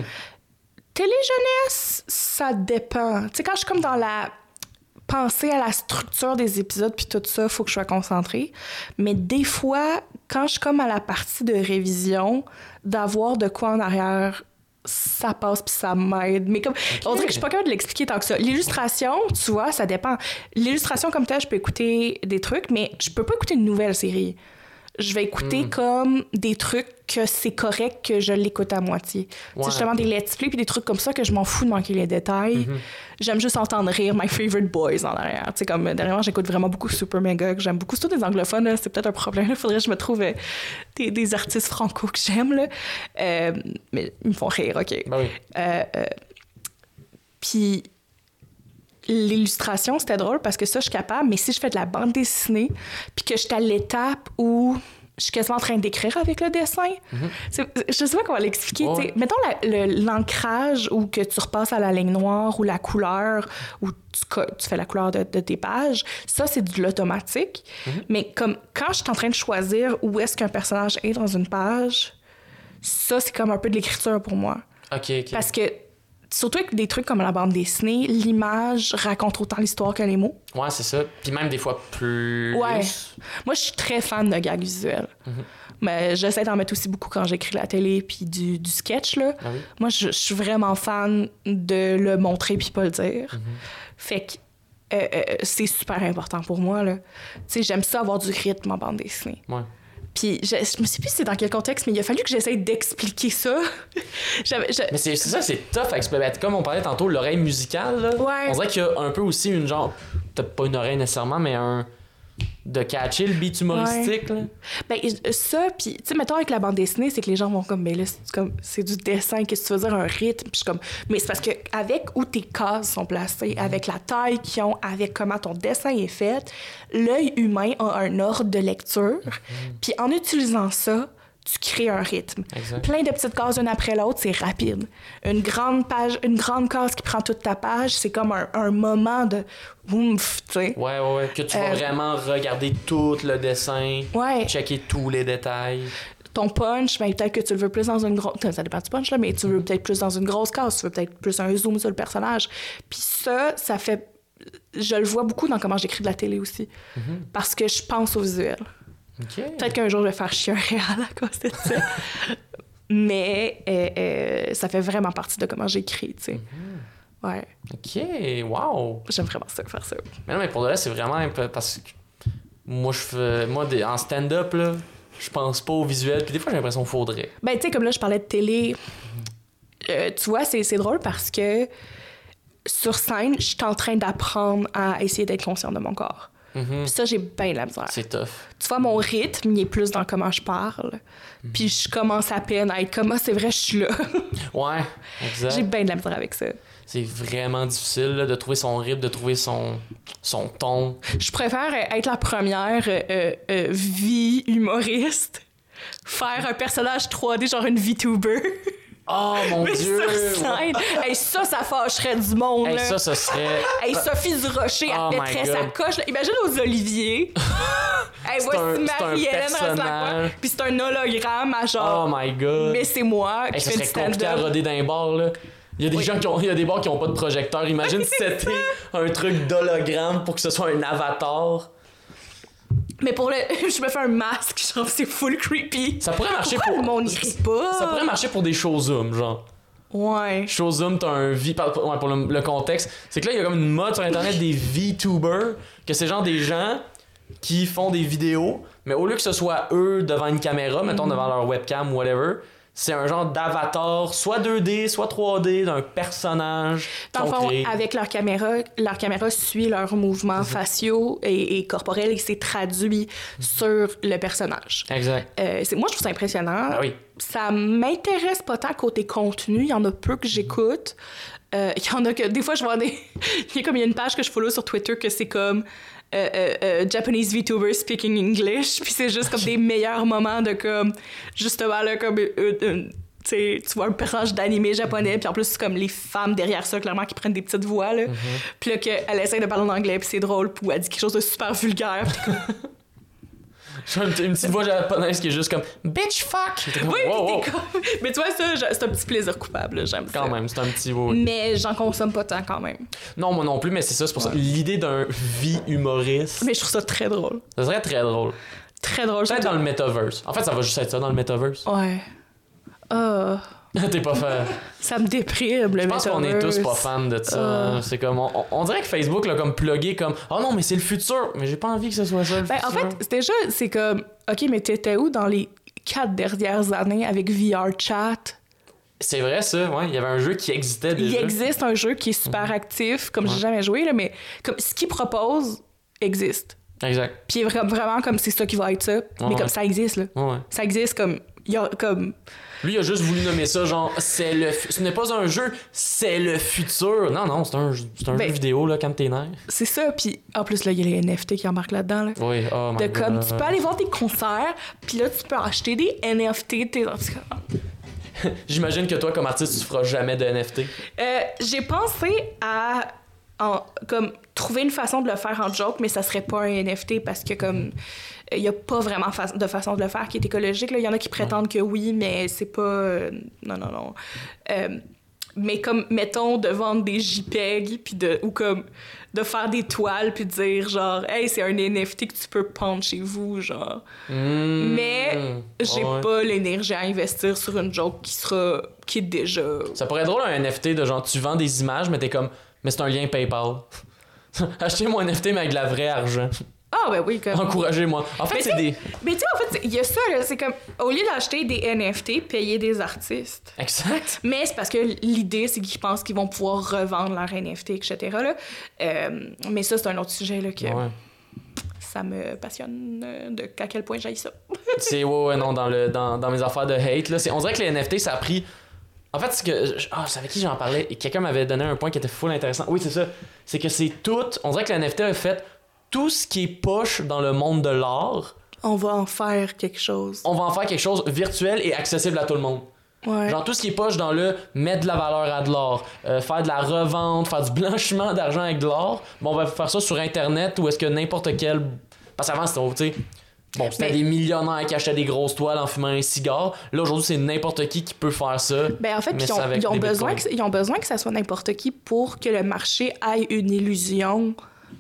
Télé-jeunesse, ça dépend. Tu sais, quand je suis comme dans la pensée à la structure des épisodes puis tout ça, faut que je sois concentrée. Mais des fois, quand je suis comme à la partie de révision, d'avoir de quoi en arrière, ça passe puis ça m'aide. Mais comme, on dirait que je suis pas capable de l'expliquer tant que ça. L'illustration, tu vois, ça dépend. L'illustration comme telle, je peux écouter des trucs, mais je peux pas écouter une nouvelle série. je vais écouter Mm. comme des trucs que c'est correct que je l'écoute à moitié. Ouais, C'est justement ok. des let's play puis des trucs comme ça que je m'en fous de manquer les détails. Mhm. J'aime juste entendre rire My Favorite Boys en arrière. Tu sais, comme dernièrement, j'écoute vraiment beaucoup Super Mega, que j'aime beaucoup. C'est tous des anglophones, là, c'est peut-être un problème. Il faudrait que je me trouve euh, des, des artistes franco que j'aime. Là. Euh, mais ils me font rire, OK. Ben oui. Euh, euh, Puis l'illustration, c'était drôle parce que ça, je suis capable, mais si je fais de la bande dessinée, puis que je suis à l'étape où je suis quasiment en train d'écrire avec le dessin, Mhm. c'est- je sais pas comment l'expliquer. Ouais. tu sais. Mettons la- le- l'ancrage où que tu repasses à la ligne noire ou la couleur, ou tu, co- tu fais la couleur de, de tes pages, ça, c'est de l'automatique. Mhm. Mais comme quand je suis en train de choisir où est-ce qu'un personnage est dans une page, ça, c'est comme un peu de l'écriture pour moi. OK, OK. Parce que, surtout avec des trucs comme la bande dessinée, l'image raconte autant l'histoire que les mots. Ouais, c'est ça. Puis même des fois plus... Ouais. Moi, je suis très fan de gags visuels. Mhm. Mais j'essaie d'en mettre aussi beaucoup quand j'écris la télé puis du, du sketch, là. Ah oui? Moi, je, je suis vraiment fan de le montrer puis pas le dire. Mhm. Fait que euh, euh, c'est super important pour moi, là. Tu sais, j'aime ça avoir du rythme en bande dessinée. Ouais. Puis je, je me sais plus c'est dans quel contexte, mais il a fallu que j'essaie d'expliquer ça. J'avais... je- Mais c'est c'est ça, c'est tough à expliquer. Comme on parlait tantôt, l'oreille musicale, là, Ouais. on dirait qu'il y a un peu aussi une genre... Peut-être pas une oreille nécessairement, mais un... De catcher le beat humoristique, là. Ben, ça, puis, tu sais, mettons, avec la bande dessinée, c'est que les gens vont comme, mais là, c'est comme, c'est du dessin, qu'est-ce que tu veux dire, un rythme? Puis je suis comme, mais c'est parce que avec où tes cases sont placées, avec la taille qu'ils ont, avec comment ton dessin est fait, l'œil humain a un ordre de lecture. Puis en utilisant ça, tu crées un rythme. Exact. Plein de petites cases une après l'autre, c'est rapide. Une grande page, une grande case qui prend toute ta page, c'est comme un, un moment de ouf, tu sais. Ouais, ouais, ouais. Que tu vas Euh, vraiment regarder tout le dessin, Ouais. checker tous les détails. Ton punch, ben, peut-être que tu le veux plus dans une grosse... Ça dépend du punch, là, mais tu le veux peut-être plus dans une grosse case, tu veux peut-être plus un zoom sur le personnage. Puis ça, ça fait... Je le vois beaucoup dans comment j'écris de la télé aussi. Mhm. Parce que je pense au visuel. OK. Peut-être qu'un jour, je vais faire chier un réal à cause de ça. Mais euh, euh, ça fait vraiment partie de comment j'écris, tu sais. Ouais, OK, wow. j'aime vraiment ça, faire ça. Mais non, mais pour de vrai, c'est vraiment... un peu- Parce que moi, je fais... Moi, des- en stand-up, là, je pense pas au visuel. Puis des fois, j'ai l'impression qu'il faudrait. Ben, tu sais, comme là, je parlais de télé. Euh, tu vois, c'est, c'est drôle parce que sur scène, je suis en train d'apprendre à essayer d'être consciente de mon corps. Mhm. Puis ça, j'ai bien de la misère. C'est tough. Tu vois, mon rythme, il est plus dans comment je parle. Puis je commence à peine à être comme, ah, c'est vrai, je suis là. Ouais, exact. J'ai bien de la misère avec ça. C'est vraiment difficile là, de trouver son rythme, de trouver son, son ton. Je préfère être la première euh, euh, euh, vie humoriste, faire un personnage trois D, genre une VTuber. Oh mon Mais Dieu! sur scène, hey, ça, ça fâcherait du monde. Hey, là. ça, ce serait. Hey, Sophie Durocher, Oh elle my mettrait sa God. coche. Là. Imagine aux Olivier. Hey, C'est voici un- c'est un Marie-Hélène personnage. Raslaquois. Puis c'est un hologramme à genre. Oh my god! Mais c'est moi Hey, qui ça fais du serait compliqué à stand-up. roder d'un bar, là. Il y a des Oui. gens qui ont, il y a des bars qui ont pas de projecteur. Imagine si c'était un truc d'hologramme pour que ce soit un avatar. Mais pour le. Je me fais un masque, genre, c'est full creepy. Ça pourrait marcher Pourquoi pour. le monde irait pas? Ça pourrait marcher pour des shows Zoom, genre. Ouais. Show Zoom, t'as un V. par- ouais, pour le, le contexte, c'est que là, il y a comme une mode sur Internet des VTubers, que c'est genre des gens qui font des vidéos, mais au lieu que ce soit eux devant une caméra, mettons Mhm. devant leur webcam ou whatever, c'est un genre d'avatar, soit deux D, soit trois D, d'un personnage Dans le qu'ils ont fond, créé. avec leur caméra, leur caméra suit leurs mouvements faciaux et, et corporels et c'est traduit sur le personnage. Exact. Euh, c'est, moi, je trouve ça impressionnant. Ah oui. Ça m'intéresse pas tant côté contenu. Il y en a peu que j'écoute. Euh, Il y en a que... Des fois, je vois des... Il y a comme il y a une page que je follow sur Twitter que c'est comme... euh, euh, euh, Japanese VTuber speaking English. Puis c'est juste comme des meilleurs moments de comme... Justement, là, comme... euh, euh, tu sais, tu vois un personnage d'animé japonais, puis en plus, c'est comme les femmes derrière ça, clairement, qui prennent des petites voix, là. Puis là, qu'elle essaie de parler en anglais, puis c'est drôle, puis elle dit quelque chose de super vulgaire. Puis comme, J'ai une, une petite voix japonaise qui est juste comme bitch fuck. J'étais comme, oui, wow, puis wow. t'es comme... Mais tu vois, ça, je- c'est un petit plaisir coupable, là, j'aime ça. Quand même, c'est un petit wow. Mais j'en consomme pas tant, quand même. Non, moi non plus, mais c'est ça, c'est pour ça. Ouais. L'idée d'un vie humoriste, Mais je trouve ça très drôle. ça serait très drôle. Très drôle. Peut-être dans le metaverse. En fait, ça va juste être ça dans le metaverse. Ouais. Ah, T'es pas fan. ça me déprime, le Je pense qu'on est tous metaverse. pas fans de ça. Ah. C'est comme on, on dirait que Facebook l'a comme plugué comme oh non mais c'est le futur, mais j'ai pas envie que ce soit ça le Ben, en futur. fait, c'est déjà, c'est comme... OK, mais t'étais où dans les quatre dernières années avec V R Chat? C'est vrai, ça, ouais. Il y avait un jeu qui existait déjà. Il existe un jeu qui est super actif, comme ouais. j'ai jamais joué, là, mais comme ce qu'il propose existe. Exact. Puis vraiment, comme c'est ça qui va être ça. Ouais, mais comme ouais. ça existe, là. Ouais. Ça existe comme... Il y a comme... Lui, il a juste voulu nommer ça, genre, c'est le... ce n'est pas un jeu, c'est le futur. Non, non, c'est un, c'est un ben, jeu vidéo, là, quand t'es nerfs. C'est ça, puis en plus, là, il y a les N F T qui embarquent là-dedans, là. Oui, oh my De God. comme, tu peux aller voir des concerts, puis là, tu peux acheter des N F T. T'es... J'imagine que toi, comme artiste, tu feras jamais de N F T. Euh, j'ai pensé à... En, comme trouver une façon de le faire en joke, mais ça serait pas un N F T parce que comme il y a pas vraiment fa- de façon de le faire qui est écologique. Il y en a qui prétendent ouais. que oui, mais c'est pas... Euh, non, non, non. Euh, mais comme, mettons, de vendre des JPEG puis de, ou comme de faire des toiles puis de dire genre « Hey, c'est un N F T que tu peux prendre chez vous, genre. Mmh, » Mais j'ai ouais. pas l'énergie à investir sur une joke qui sera... qui est déjà... Ça pourrait être drôle un N F T de genre tu vends des images, mais t'es comme... Mais c'est un lien PayPal. Achetez mon N F T, mais avec de la vraie argent. Ah, ben oui, comme... Encouragez-moi. En fait, mais c'est des... Mais tu sais, en fait, il y a ça, là, c'est comme... Au lieu d'acheter des N F T, payer des artistes. Exact. Mais c'est parce que l'idée, c'est qu'ils pensent qu'ils vont pouvoir revendre leur N F T, et cetera, là. Euh, mais ça, c'est un autre sujet, là, que... Ouais. Ça me passionne de à quel point j'aille ça. C'est, ouais, ouais, non, dans, le, dans, dans mes affaires de hate, là, c'est, on dirait que les N F T, ça a pris... En fait, c'est que... Ah, oh, c'est avec qui j'en parlais? Et quelqu'un m'avait donné un point qui était full intéressant. Oui, c'est ça. C'est que c'est tout... On dirait que le N F T a fait tout ce qui est poche dans le monde de l'art. On va en faire quelque chose. On va en faire quelque chose virtuel et accessible à tout le monde. Ouais. Genre tout ce qui est poche dans le mettre de la valeur à de l'art, euh, faire de la revente, faire du blanchiment d'argent avec de l'art. Bon, on va faire ça sur Internet ou est-ce que n'importe quel... Parce qu'avant, c'était... Tu sais... Bon, c'était mais... des millionnaires qui achetaient des grosses toiles en fumant un cigare. Là, aujourd'hui, c'est n'importe qui qui peut faire ça. Ben, en fait, ils ont, ils, ont besoin que, ils ont besoin que ça soit n'importe qui pour que le marché ait une illusion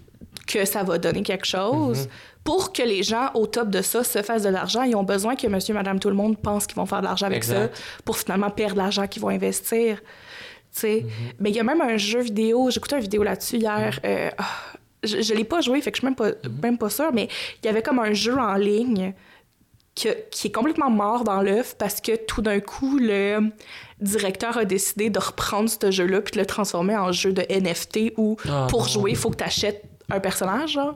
que ça va donner quelque chose. Mm-hmm. Pour que les gens, au top de ça, se fassent de l'argent, ils ont besoin que monsieur, madame, tout le monde pense qu'ils vont faire de l'argent avec exact. Ça pour finalement perdre l'argent qu'ils vont investir. Tu sais. Mm-hmm. Mais il y a même un jeu vidéo, j'écoutais une vidéo là-dessus hier... Mm-hmm. Euh, Je, je l'ai pas joué, fait que je suis même pas, même pas sûre, mais il y avait comme un jeu en ligne que, qui est complètement mort dans l'œuf parce que tout d'un coup, le directeur a décidé de reprendre ce jeu-là puis de le transformer en jeu de N F T où oh, pour non. jouer, il faut que tu achètes un personnage, genre.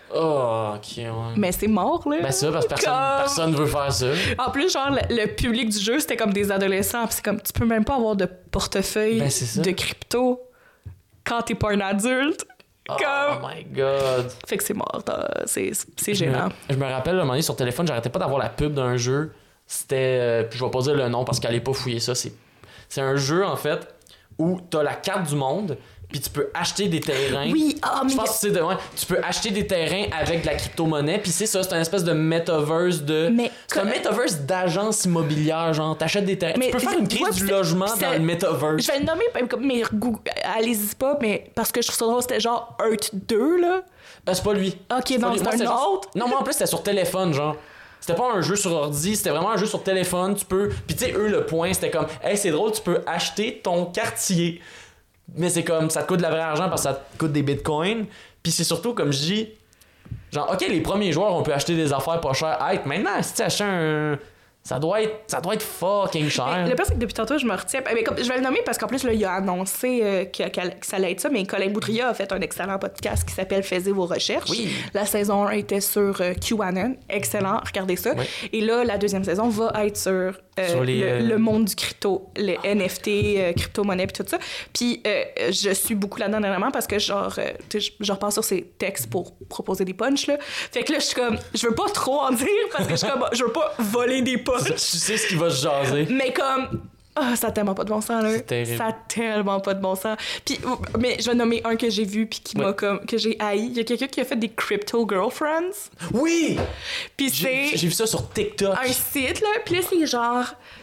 Oh, ok, ouais. Mais c'est mort, là. Ben ça, parce que personne, comme... personne veut faire ça. En plus, genre, le, le public du jeu, c'était comme des adolescents, puis c'est comme, tu peux même pas avoir de portefeuille ben, de crypto quand t'es pas un adulte. Comme... Oh my God! Fait que c'est mort, c'est, c'est gênant. Je me, je me rappelle, à un moment donné, sur téléphone, j'arrêtais pas d'avoir la pub d'un jeu. C'était... Euh, puis je vais pas dire le nom parce qu'elle est pas fouiller ça. C'est, c'est un jeu, en fait, où t'as la carte du monde, puis tu peux acheter des terrains. Oui, oh, mais... Je pense que c'est de... Ouais, tu peux acheter des terrains avec de la crypto-monnaie, puis c'est ça, c'est un espèce de metaverse de... Mais c'est comme... un metaverse d'agence immobilière, genre, t'achètes des terrains. Mais tu peux faire une crise ouais, du logement dans le metaverse. Je vais le nommer, mais allez-y pas, mais parce que je trouve ça drôle, c'était genre Earth deux, là. Euh, c'est pas lui. Ok, non, c'est, c'est un autre. Non, moi, en plus, c'était sur téléphone, genre. C'était pas un jeu sur ordi, c'était vraiment un jeu sur téléphone. Tu peux... Puis tu sais, eux, le point, c'était comme, hey, c'est drôle, tu peux acheter ton quartier. Mais c'est comme, ça te coûte de la vraie argent parce que ça te coûte des bitcoins. Puis c'est surtout, comme je dis, genre, OK, les premiers joueurs, on peut acheter des affaires pas chères. Hey, maintenant, si tu achètes un... Ça doit être, ça doit être fucking cher. Mais le pire, c'est que depuis tantôt, je me retiens. Mais comme, je vais le nommer parce qu'en plus, là, il a annoncé euh, que, que, que ça allait être ça. Mais Colin Boudria a fait un excellent podcast qui s'appelle « Faisez vos recherches oui. ». La saison un était sur euh, QAnon. Excellent, regardez ça. Oui. Et là, la deuxième saison va être sur, euh, sur les, le, euh... le monde du crypto, le oh. N F T, euh, crypto-monnaie, puis tout ça. Puis euh, je suis beaucoup là-dedans, dernièrement, parce que genre, euh, je, je repasse sur ces textes pour proposer des punchs, là. Fait que là, je suis comme, je veux pas trop en dire parce que je suis comme, je veux pas voler des punchs. Tu sais ce qui va se jaser. Mais comme... Oh, ça a tellement pas de bon sens, là. C'est terrible. Ça a tellement pas de bon sens. Puis, mais je vais nommer un que j'ai vu puis qui ouais. m'a comme... que j'ai haï. Il y a quelqu'un qui a fait des Crypto Girlfriends. Oui! Puis j'ai, c'est... J'ai vu ça sur TikTok. Un site, là. Puis là, c'est genre...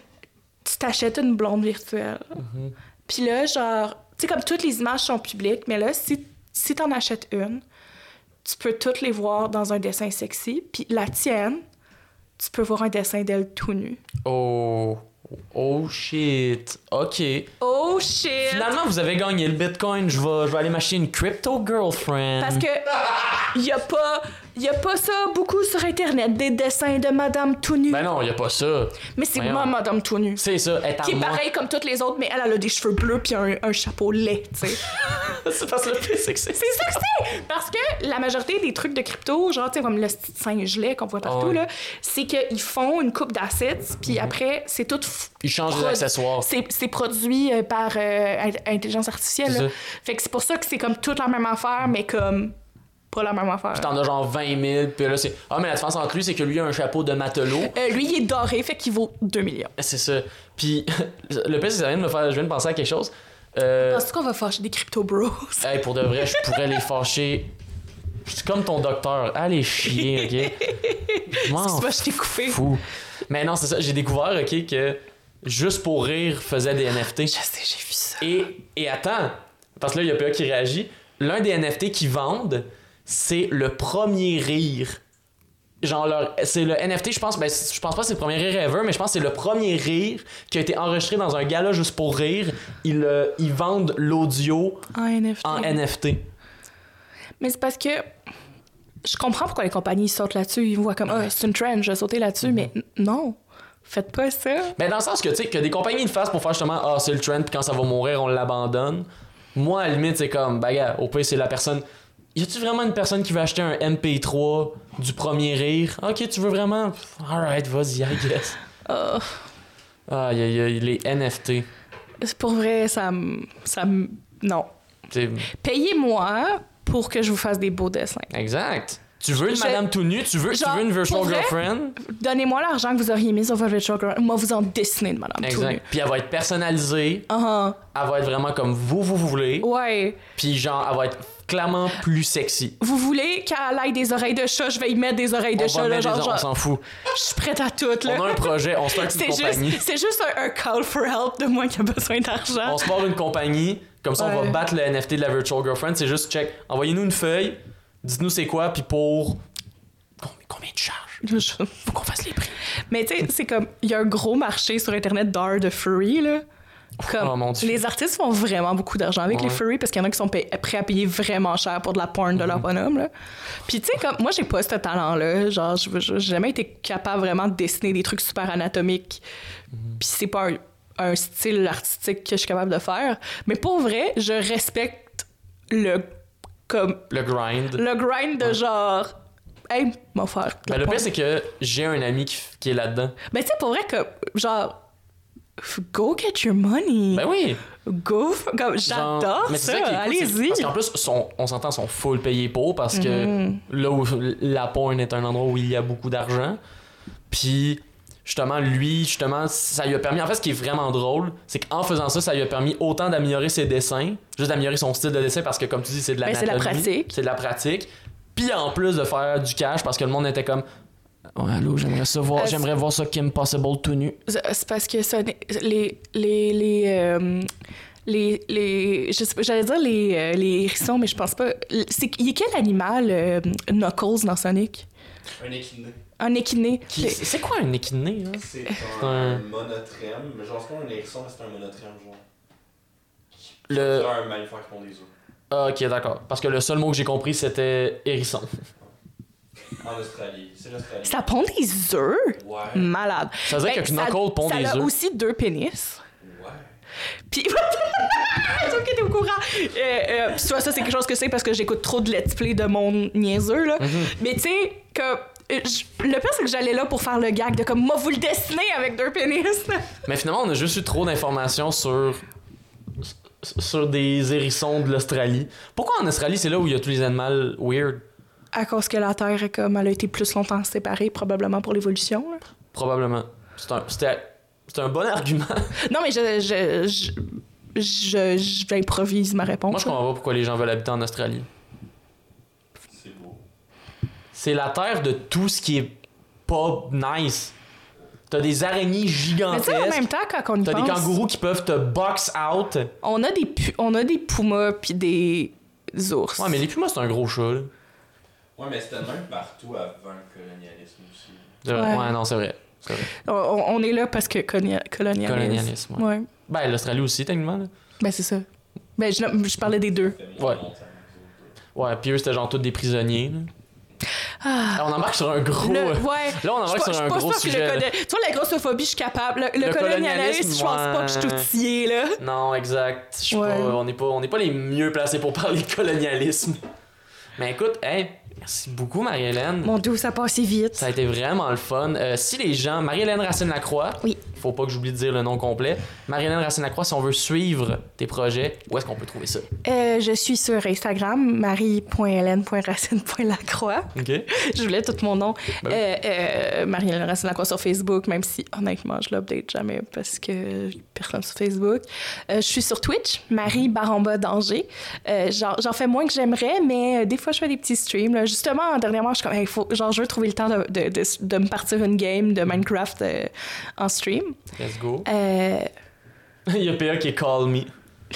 Tu t'achètes une blonde virtuelle. Mm-hmm. Puis là, genre... Tu sais, comme toutes les images sont publiques, mais là, si, si t'en achètes une, tu peux toutes les voir dans un dessin sexy. Puis la tienne... tu peux voir un dessin d'elle tout nu. Oh. Oh shit. OK. Oh shit! Finalement, vous avez gagné le Bitcoin. Je vais, je vais aller m'acheter une crypto girlfriend. Parce que y a pas, y a pas ça beaucoup sur Internet, des dessins de Madame tout nue. Ben non, y a pas ça. Mais c'est Voyons. moi, Madame tout nue. C'est ça, elle est à Qui est moi. pareil comme toutes les autres, mais elle, elle a des cheveux bleus puis un, un chapeau laid, tu sais. C'est parce que le pire, c'est que c'est... C'est ça que c'est! Parce que la majorité des trucs de crypto, genre, tu sais, comme le petit singe lait qu'on voit partout, Oh ouais. là, c'est qu'ils font une coupe d'assets, puis après, c'est tout... f- Ils changent les produ- accessoires. C'est, c'est produit euh, par euh, int- intelligence artificielle, C'est là. ça. Fait que c'est pour ça que c'est comme toute la même affaire, mais comme pas la même affaire. T'en as genre vingt mille, puis là, c'est... Ah, mais la différence entre lui, c'est que lui a un chapeau de matelot. Euh, lui, il est doré, fait qu'il vaut deux millions. C'est ça. Puis, le pire, c'est que ça vient de me faire... Je viens de penser à quelque chose. Euh... Penses-tu qu'on va fâcher des crypto bros? Hey, pour de vrai, je pourrais les fâcher. Je suis comme ton docteur. Allez chier, OK? Je m'en Tu vois, je t'ai coupé. fous. Mais non, c'est ça. J'ai découvert, OK, que Juste pour rire faisait des N F T. Je sais, j'ai vu ça. Et, et attends, parce que là, il y a P A qui réagit. L'un des N F T qu'ils vendent, c'est le premier rire. Genre, leur, c'est le N F T, je pense, ben, je pense pas que c'est le premier rire ever, mais je pense que c'est le premier rire qui a été enregistré dans un gala juste pour rire. Ils, euh, ils vendent l'audio En N F T. en N F T. Mais c'est parce que je comprends pourquoi les compagnies sautent là-dessus. Ils voient comme, ah, c'est une trend, je vais sauter là-dessus, mais n- non. Faites pas ça. Ben, dans le sens que, tu sais, que des compagnies le fassent pour faire justement, ah, c'est le trend, puis quand ça va mourir, on l'abandonne. Moi, à la limite, c'est comme, ben, gars, au pire, c'est la personne. Y a-tu vraiment une personne qui veut acheter un M P trois du premier rire? Ok, tu veux vraiment? Alright, vas-y, I guess. Oh, Ah, y a, y a les N F T. c'est pour vrai, ça me. Ça me. Non. C'est Payez-moi pour que je vous fasse des beaux dessins. exact. Tu veux une Je- madame tout nue? Tu veux, tu Genre, veux une virtual pour vrai? girlfriend? Donnez-moi l'argent que vous auriez mis sur votre virtual girl. Moi, vous en dessinez de madame tout nue. Exact. Puis elle va être personnalisée. Uh-huh. Elle va être vraiment comme vous, vous voulez. Ouais. Puis genre, elle va être clairement plus sexy. Vous voulez qu'elle aille des oreilles de chat, je vais y mettre des oreilles de On chat. va Là, mettre genre, des- on genre, s'en fout. je suis prête à tout. Là. On a un projet, on start une C'est compagnie. juste, c'est juste un, un call for help de moi qui a besoin d'argent. On se part une compagnie, comme ça on Ouais. va battre le N F T de la Virtual Girlfriend. C'est juste check, envoyez-nous une feuille, dites-nous c'est quoi, puis pour. Combien, combien de charges? Je- Faut qu'on fasse les prix. Mais tu sais, c'est comme, il y a un gros marché sur Internet d'art de furry, là. Comme, Oh, mon Dieu. les artistes font vraiment beaucoup d'argent avec Ouais. les furry parce qu'il y en a qui sont pay- prêts à payer vraiment cher pour de la porn de leur bonhomme, là. Puis tu sais, comme, moi, j'ai pas ce talent-là. Genre, je- je- j'ai jamais été capable vraiment de dessiner des trucs super anatomiques. Puis c'est pas un, un style artistique que je suis capable de faire. Mais pour vrai, je respecte le, comme, Le grind. le grind de genre, hey, m'en faire. de la Ben, le porn. pire, c'est que j'ai un ami qui, qui est là-dedans. Mais tu sais, pour vrai, que, genre, go get your money. Ben oui! Go, f- comme, Genre, j'adore mais c'est ça, qui est cool, c'est- allez-y. Parce qu'en plus, son- on s'entend, sont full payés pour parce que Mhm. là où la porn est un endroit où il y a beaucoup d'argent. Puis, justement, lui, justement, ça lui a permis. En fait, ce qui est vraiment drôle, c'est qu'en faisant ça, ça lui a permis autant d'améliorer ses dessins, juste d'améliorer son style de dessin parce que, comme tu dis, c'est de la Ben, c'est la pratique. C'est de la pratique. Puis, en plus de faire du cash parce que le monde était comme. Ouais, allô, j'aimerais ça voir, Euh, j'aimerais voir ça Kim Possible tout nu. C'est c'est parce que ça, les, les, les, euh, les, les, je sais pas, j'allais dire les, euh, les hérissons, mais je pense pas. C'est, il est quel animal, euh, Knuckles, dans Sonic? Un équiné. Un équiné. Qui- Les- C'est quoi un équiné, là? C'est un- un monotrème, mais genre c'est pas un hérisson, mais c'est un monotrème, genre. Le... C'est un mammifère qui pond des œufs. Ah, ok, d'accord. Parce que le seul mot que j'ai compris, c'était hérisson. En Australie. C'est l'Australie. Ça pond des œufs? Ouais. Malade. Ça veut dire Ben, que Knuckles pond ça des a œufs. aussi deux pénis. Ouais. Puis, sauf que t'es au courant. Euh, euh, puis tu vois, ça, c'est quelque chose que c'est parce que j'écoute trop de let's play de mon niaiseux, là. Mais tu sais, que. euh, je- le pire, c'est que j'allais là pour faire le gag de comme, moi, vous le dessinez avec deux pénis. Mais finalement, on a juste eu trop d'informations sur sur des hérissons de l'Australie. Pourquoi en Australie, c'est là où il y a tous les animaux weird? À cause que la Terre, est comme, elle a été plus longtemps séparée, probablement pour l'évolution. là. Probablement. C'est un, c'était, c'est un bon argument. Non, mais je. je, je je, je- j'improvise ma réponse. Moi, je comprends pas pourquoi les gens veulent habiter en Australie. C'est beau. C'est la terre de tout ce qui est pas nice. T'as des araignées Mais tu sais, en gigantesques. même temps, quand on y T'as pense, des kangourous qui peuvent te box out. on a des, pu- on a des pumas puis des ours. Ouais, mais les pumas, c'est un gros chat, là. Ouais, mais c'était le même partout avant le colonialisme aussi. C'est vrai. Ouais. Ouais, non, c'est vrai. c'est vrai. On, on est là parce que colonia- colonialisme. Colonialisme, ouais. Ouais. Ben, l'Australie aussi, techniquement. Là. Ben, c'est ça. Ben, je, je parlais des deux. Ouais. Ouais, puis eux, c'était genre tous des prisonniers. Là. Ah. Là, on embarque sur un gros. Le, euh, ouais. Là, on embarque sur un gros que sujet. le là. colo- Tu vois, la grossophobie, je suis capable. Le, le Le colonialisme, je pense colonialisme, pas que je suis ouais. outillée, là. Non, exact. Je suis Ouais. pas, on n'est pas, on n'est pas les mieux placés pour parler de colonialisme. Mais écoute, hey, merci beaucoup, Marie-Hélène. Mon Dieu, ça passe vite. Ça a été vraiment le fun. Euh, si les gens, Marie-Hélène Racine-Lacroix, Oui. faut pas que j'oublie de dire le nom complet. Marie-Hélène Racine-Lacroix, si on veut suivre tes projets, où est-ce qu'on peut trouver ça? Euh, je suis sur Instagram, marie point hélène point racine point lacroix. OK. Je voulais tout mon nom. Ben oui. euh, euh, Marie-Hélène Racine-Lacroix sur Facebook, même si, honnêtement, je l'update jamais parce que personne sur Facebook. Euh, je suis sur Twitch, Marie Baramba Danger. Euh, genre, j'en fais moins que j'aimerais, mais euh, des fois, je fais des petits streams. Là. Justement, dernièrement, je suis comme, hey, faut, genre, je veux trouver le temps de, de, de, de me partir une game de Minecraft euh, en stream. Let's go. Euh, Il y a P A qui est Call Me.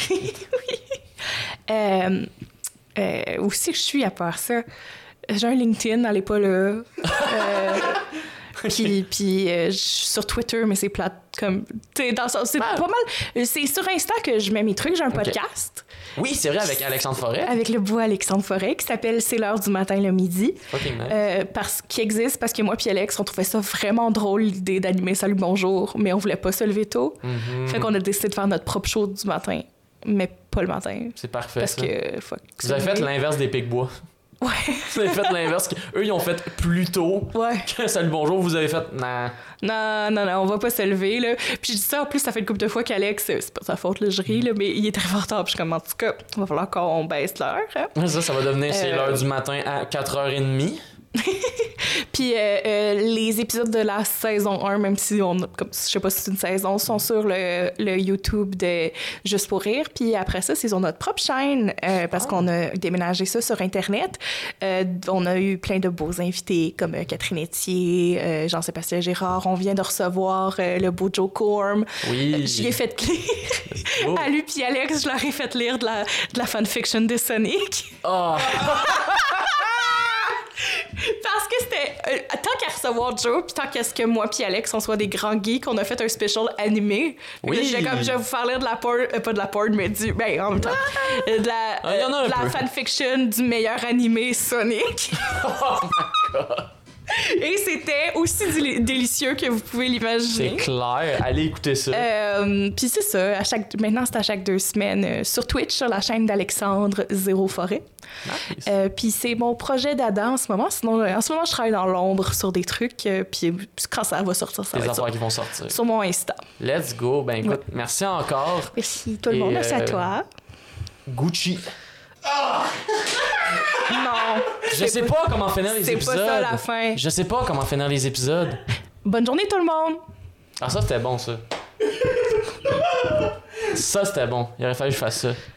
euh, euh, où c'est que je suis à part ça? J'ai un LinkedIn, allez pas là. Euh, Puis, puis euh, je suis sur Twitter, mais c'est plate. Comme, t'sais, dans le sens- c'est Ah. pas mal. C'est sur Insta que je mets mes trucs. J'ai un Ok. podcast Oui, c'est vrai, avec Alexandre Forêt. avec le beau Alexandre Forêt qui s'appelle C'est l'heure du matin le midi. Fucking nice. Euh, parce qu'il existe, parce que moi puis Alex, on trouvait ça vraiment drôle, l'idée d'animer Salut Bonjour, mais on voulait pas se lever tôt. Mhm. Fait qu'on a décidé de faire notre propre show du matin, mais pas le matin. C'est parfait, Parce ça. que, fuck. Vous avez fait l'inverse des Picbois. Ouais. Vous avez fait l'inverse. Eux, ils ont fait plus tôt. Ouais. Salut, bonjour, vous avez fait. Nah. Non, non, non, on va pas se lever, là. Puis je dis ça, en plus, ça fait une couple de fois qu'Alex, euh, c'est pas sa faute, là, je ris, là, mais il est très en retard. Puis je suis comme, en tout cas, il va falloir qu'on baisse l'heure. Hein. Ça, ça va devenir c'est Euh. l'heure du matin à quatre heures trente. Puis euh, euh, les épisodes de la saison un, même si on a, comme, je sais pas si c'est une saison, sont sur le, le YouTube de Juste pour rire. Puis après ça, c'est sur notre propre chaîne euh, parce Ah. qu'on a déménagé ça sur Internet. Euh, on a eu plein de beaux invités comme euh, Catherine Etier, euh, Jean-Sébastien Gérard. On vient de recevoir euh, le beau Joe Corm. Oui. J'y ai fait lire. Oh. À lui puis Alex, je leur ai fait lire de la, de la fanfiction de Sonic. Oh. Parce que c'était... euh, tant qu'à recevoir Joe, puis tant qu'à ce que moi puis Alex, on soit des grands geeks, on a fait un special animé. Oui. J'ai comme, je vais vous faire lire de la porn... euh, pas de la porn, mais du... Ben, en même temps. euh, de la, Ah, y en a un de la peu. fanfiction du meilleur animé Sonic. Oh my god. Et c'était aussi dé- délicieux que vous pouvez C'est l'imaginer. clair. Allez écouter ça. Euh, puis c'est ça, à chaque, maintenant c'est à chaque deux semaines euh, sur Twitch, sur la chaîne d'Alexandre Zéro Forêt. Nice. Euh, puis c'est mon projet d'Adam en ce moment. Sinon, euh, en ce moment, je travaille dans l'ombre sur des trucs. euh, puis quand ça va sortir, ça Les va être affaires sur, qui vont sortir. sur mon Insta. Let's go. Ben écoute, Ouais. merci encore. Merci tout le Et, monde. Merci à euh, toi. Gucci. Non. Je sais pas comment finir les C'est épisodes. pas ça la fin. Je sais pas comment finir les épisodes. Bonne journée tout le monde. Ah, ça c'était bon ça. Ça c'était bon. Il aurait fallu que je fasse ça.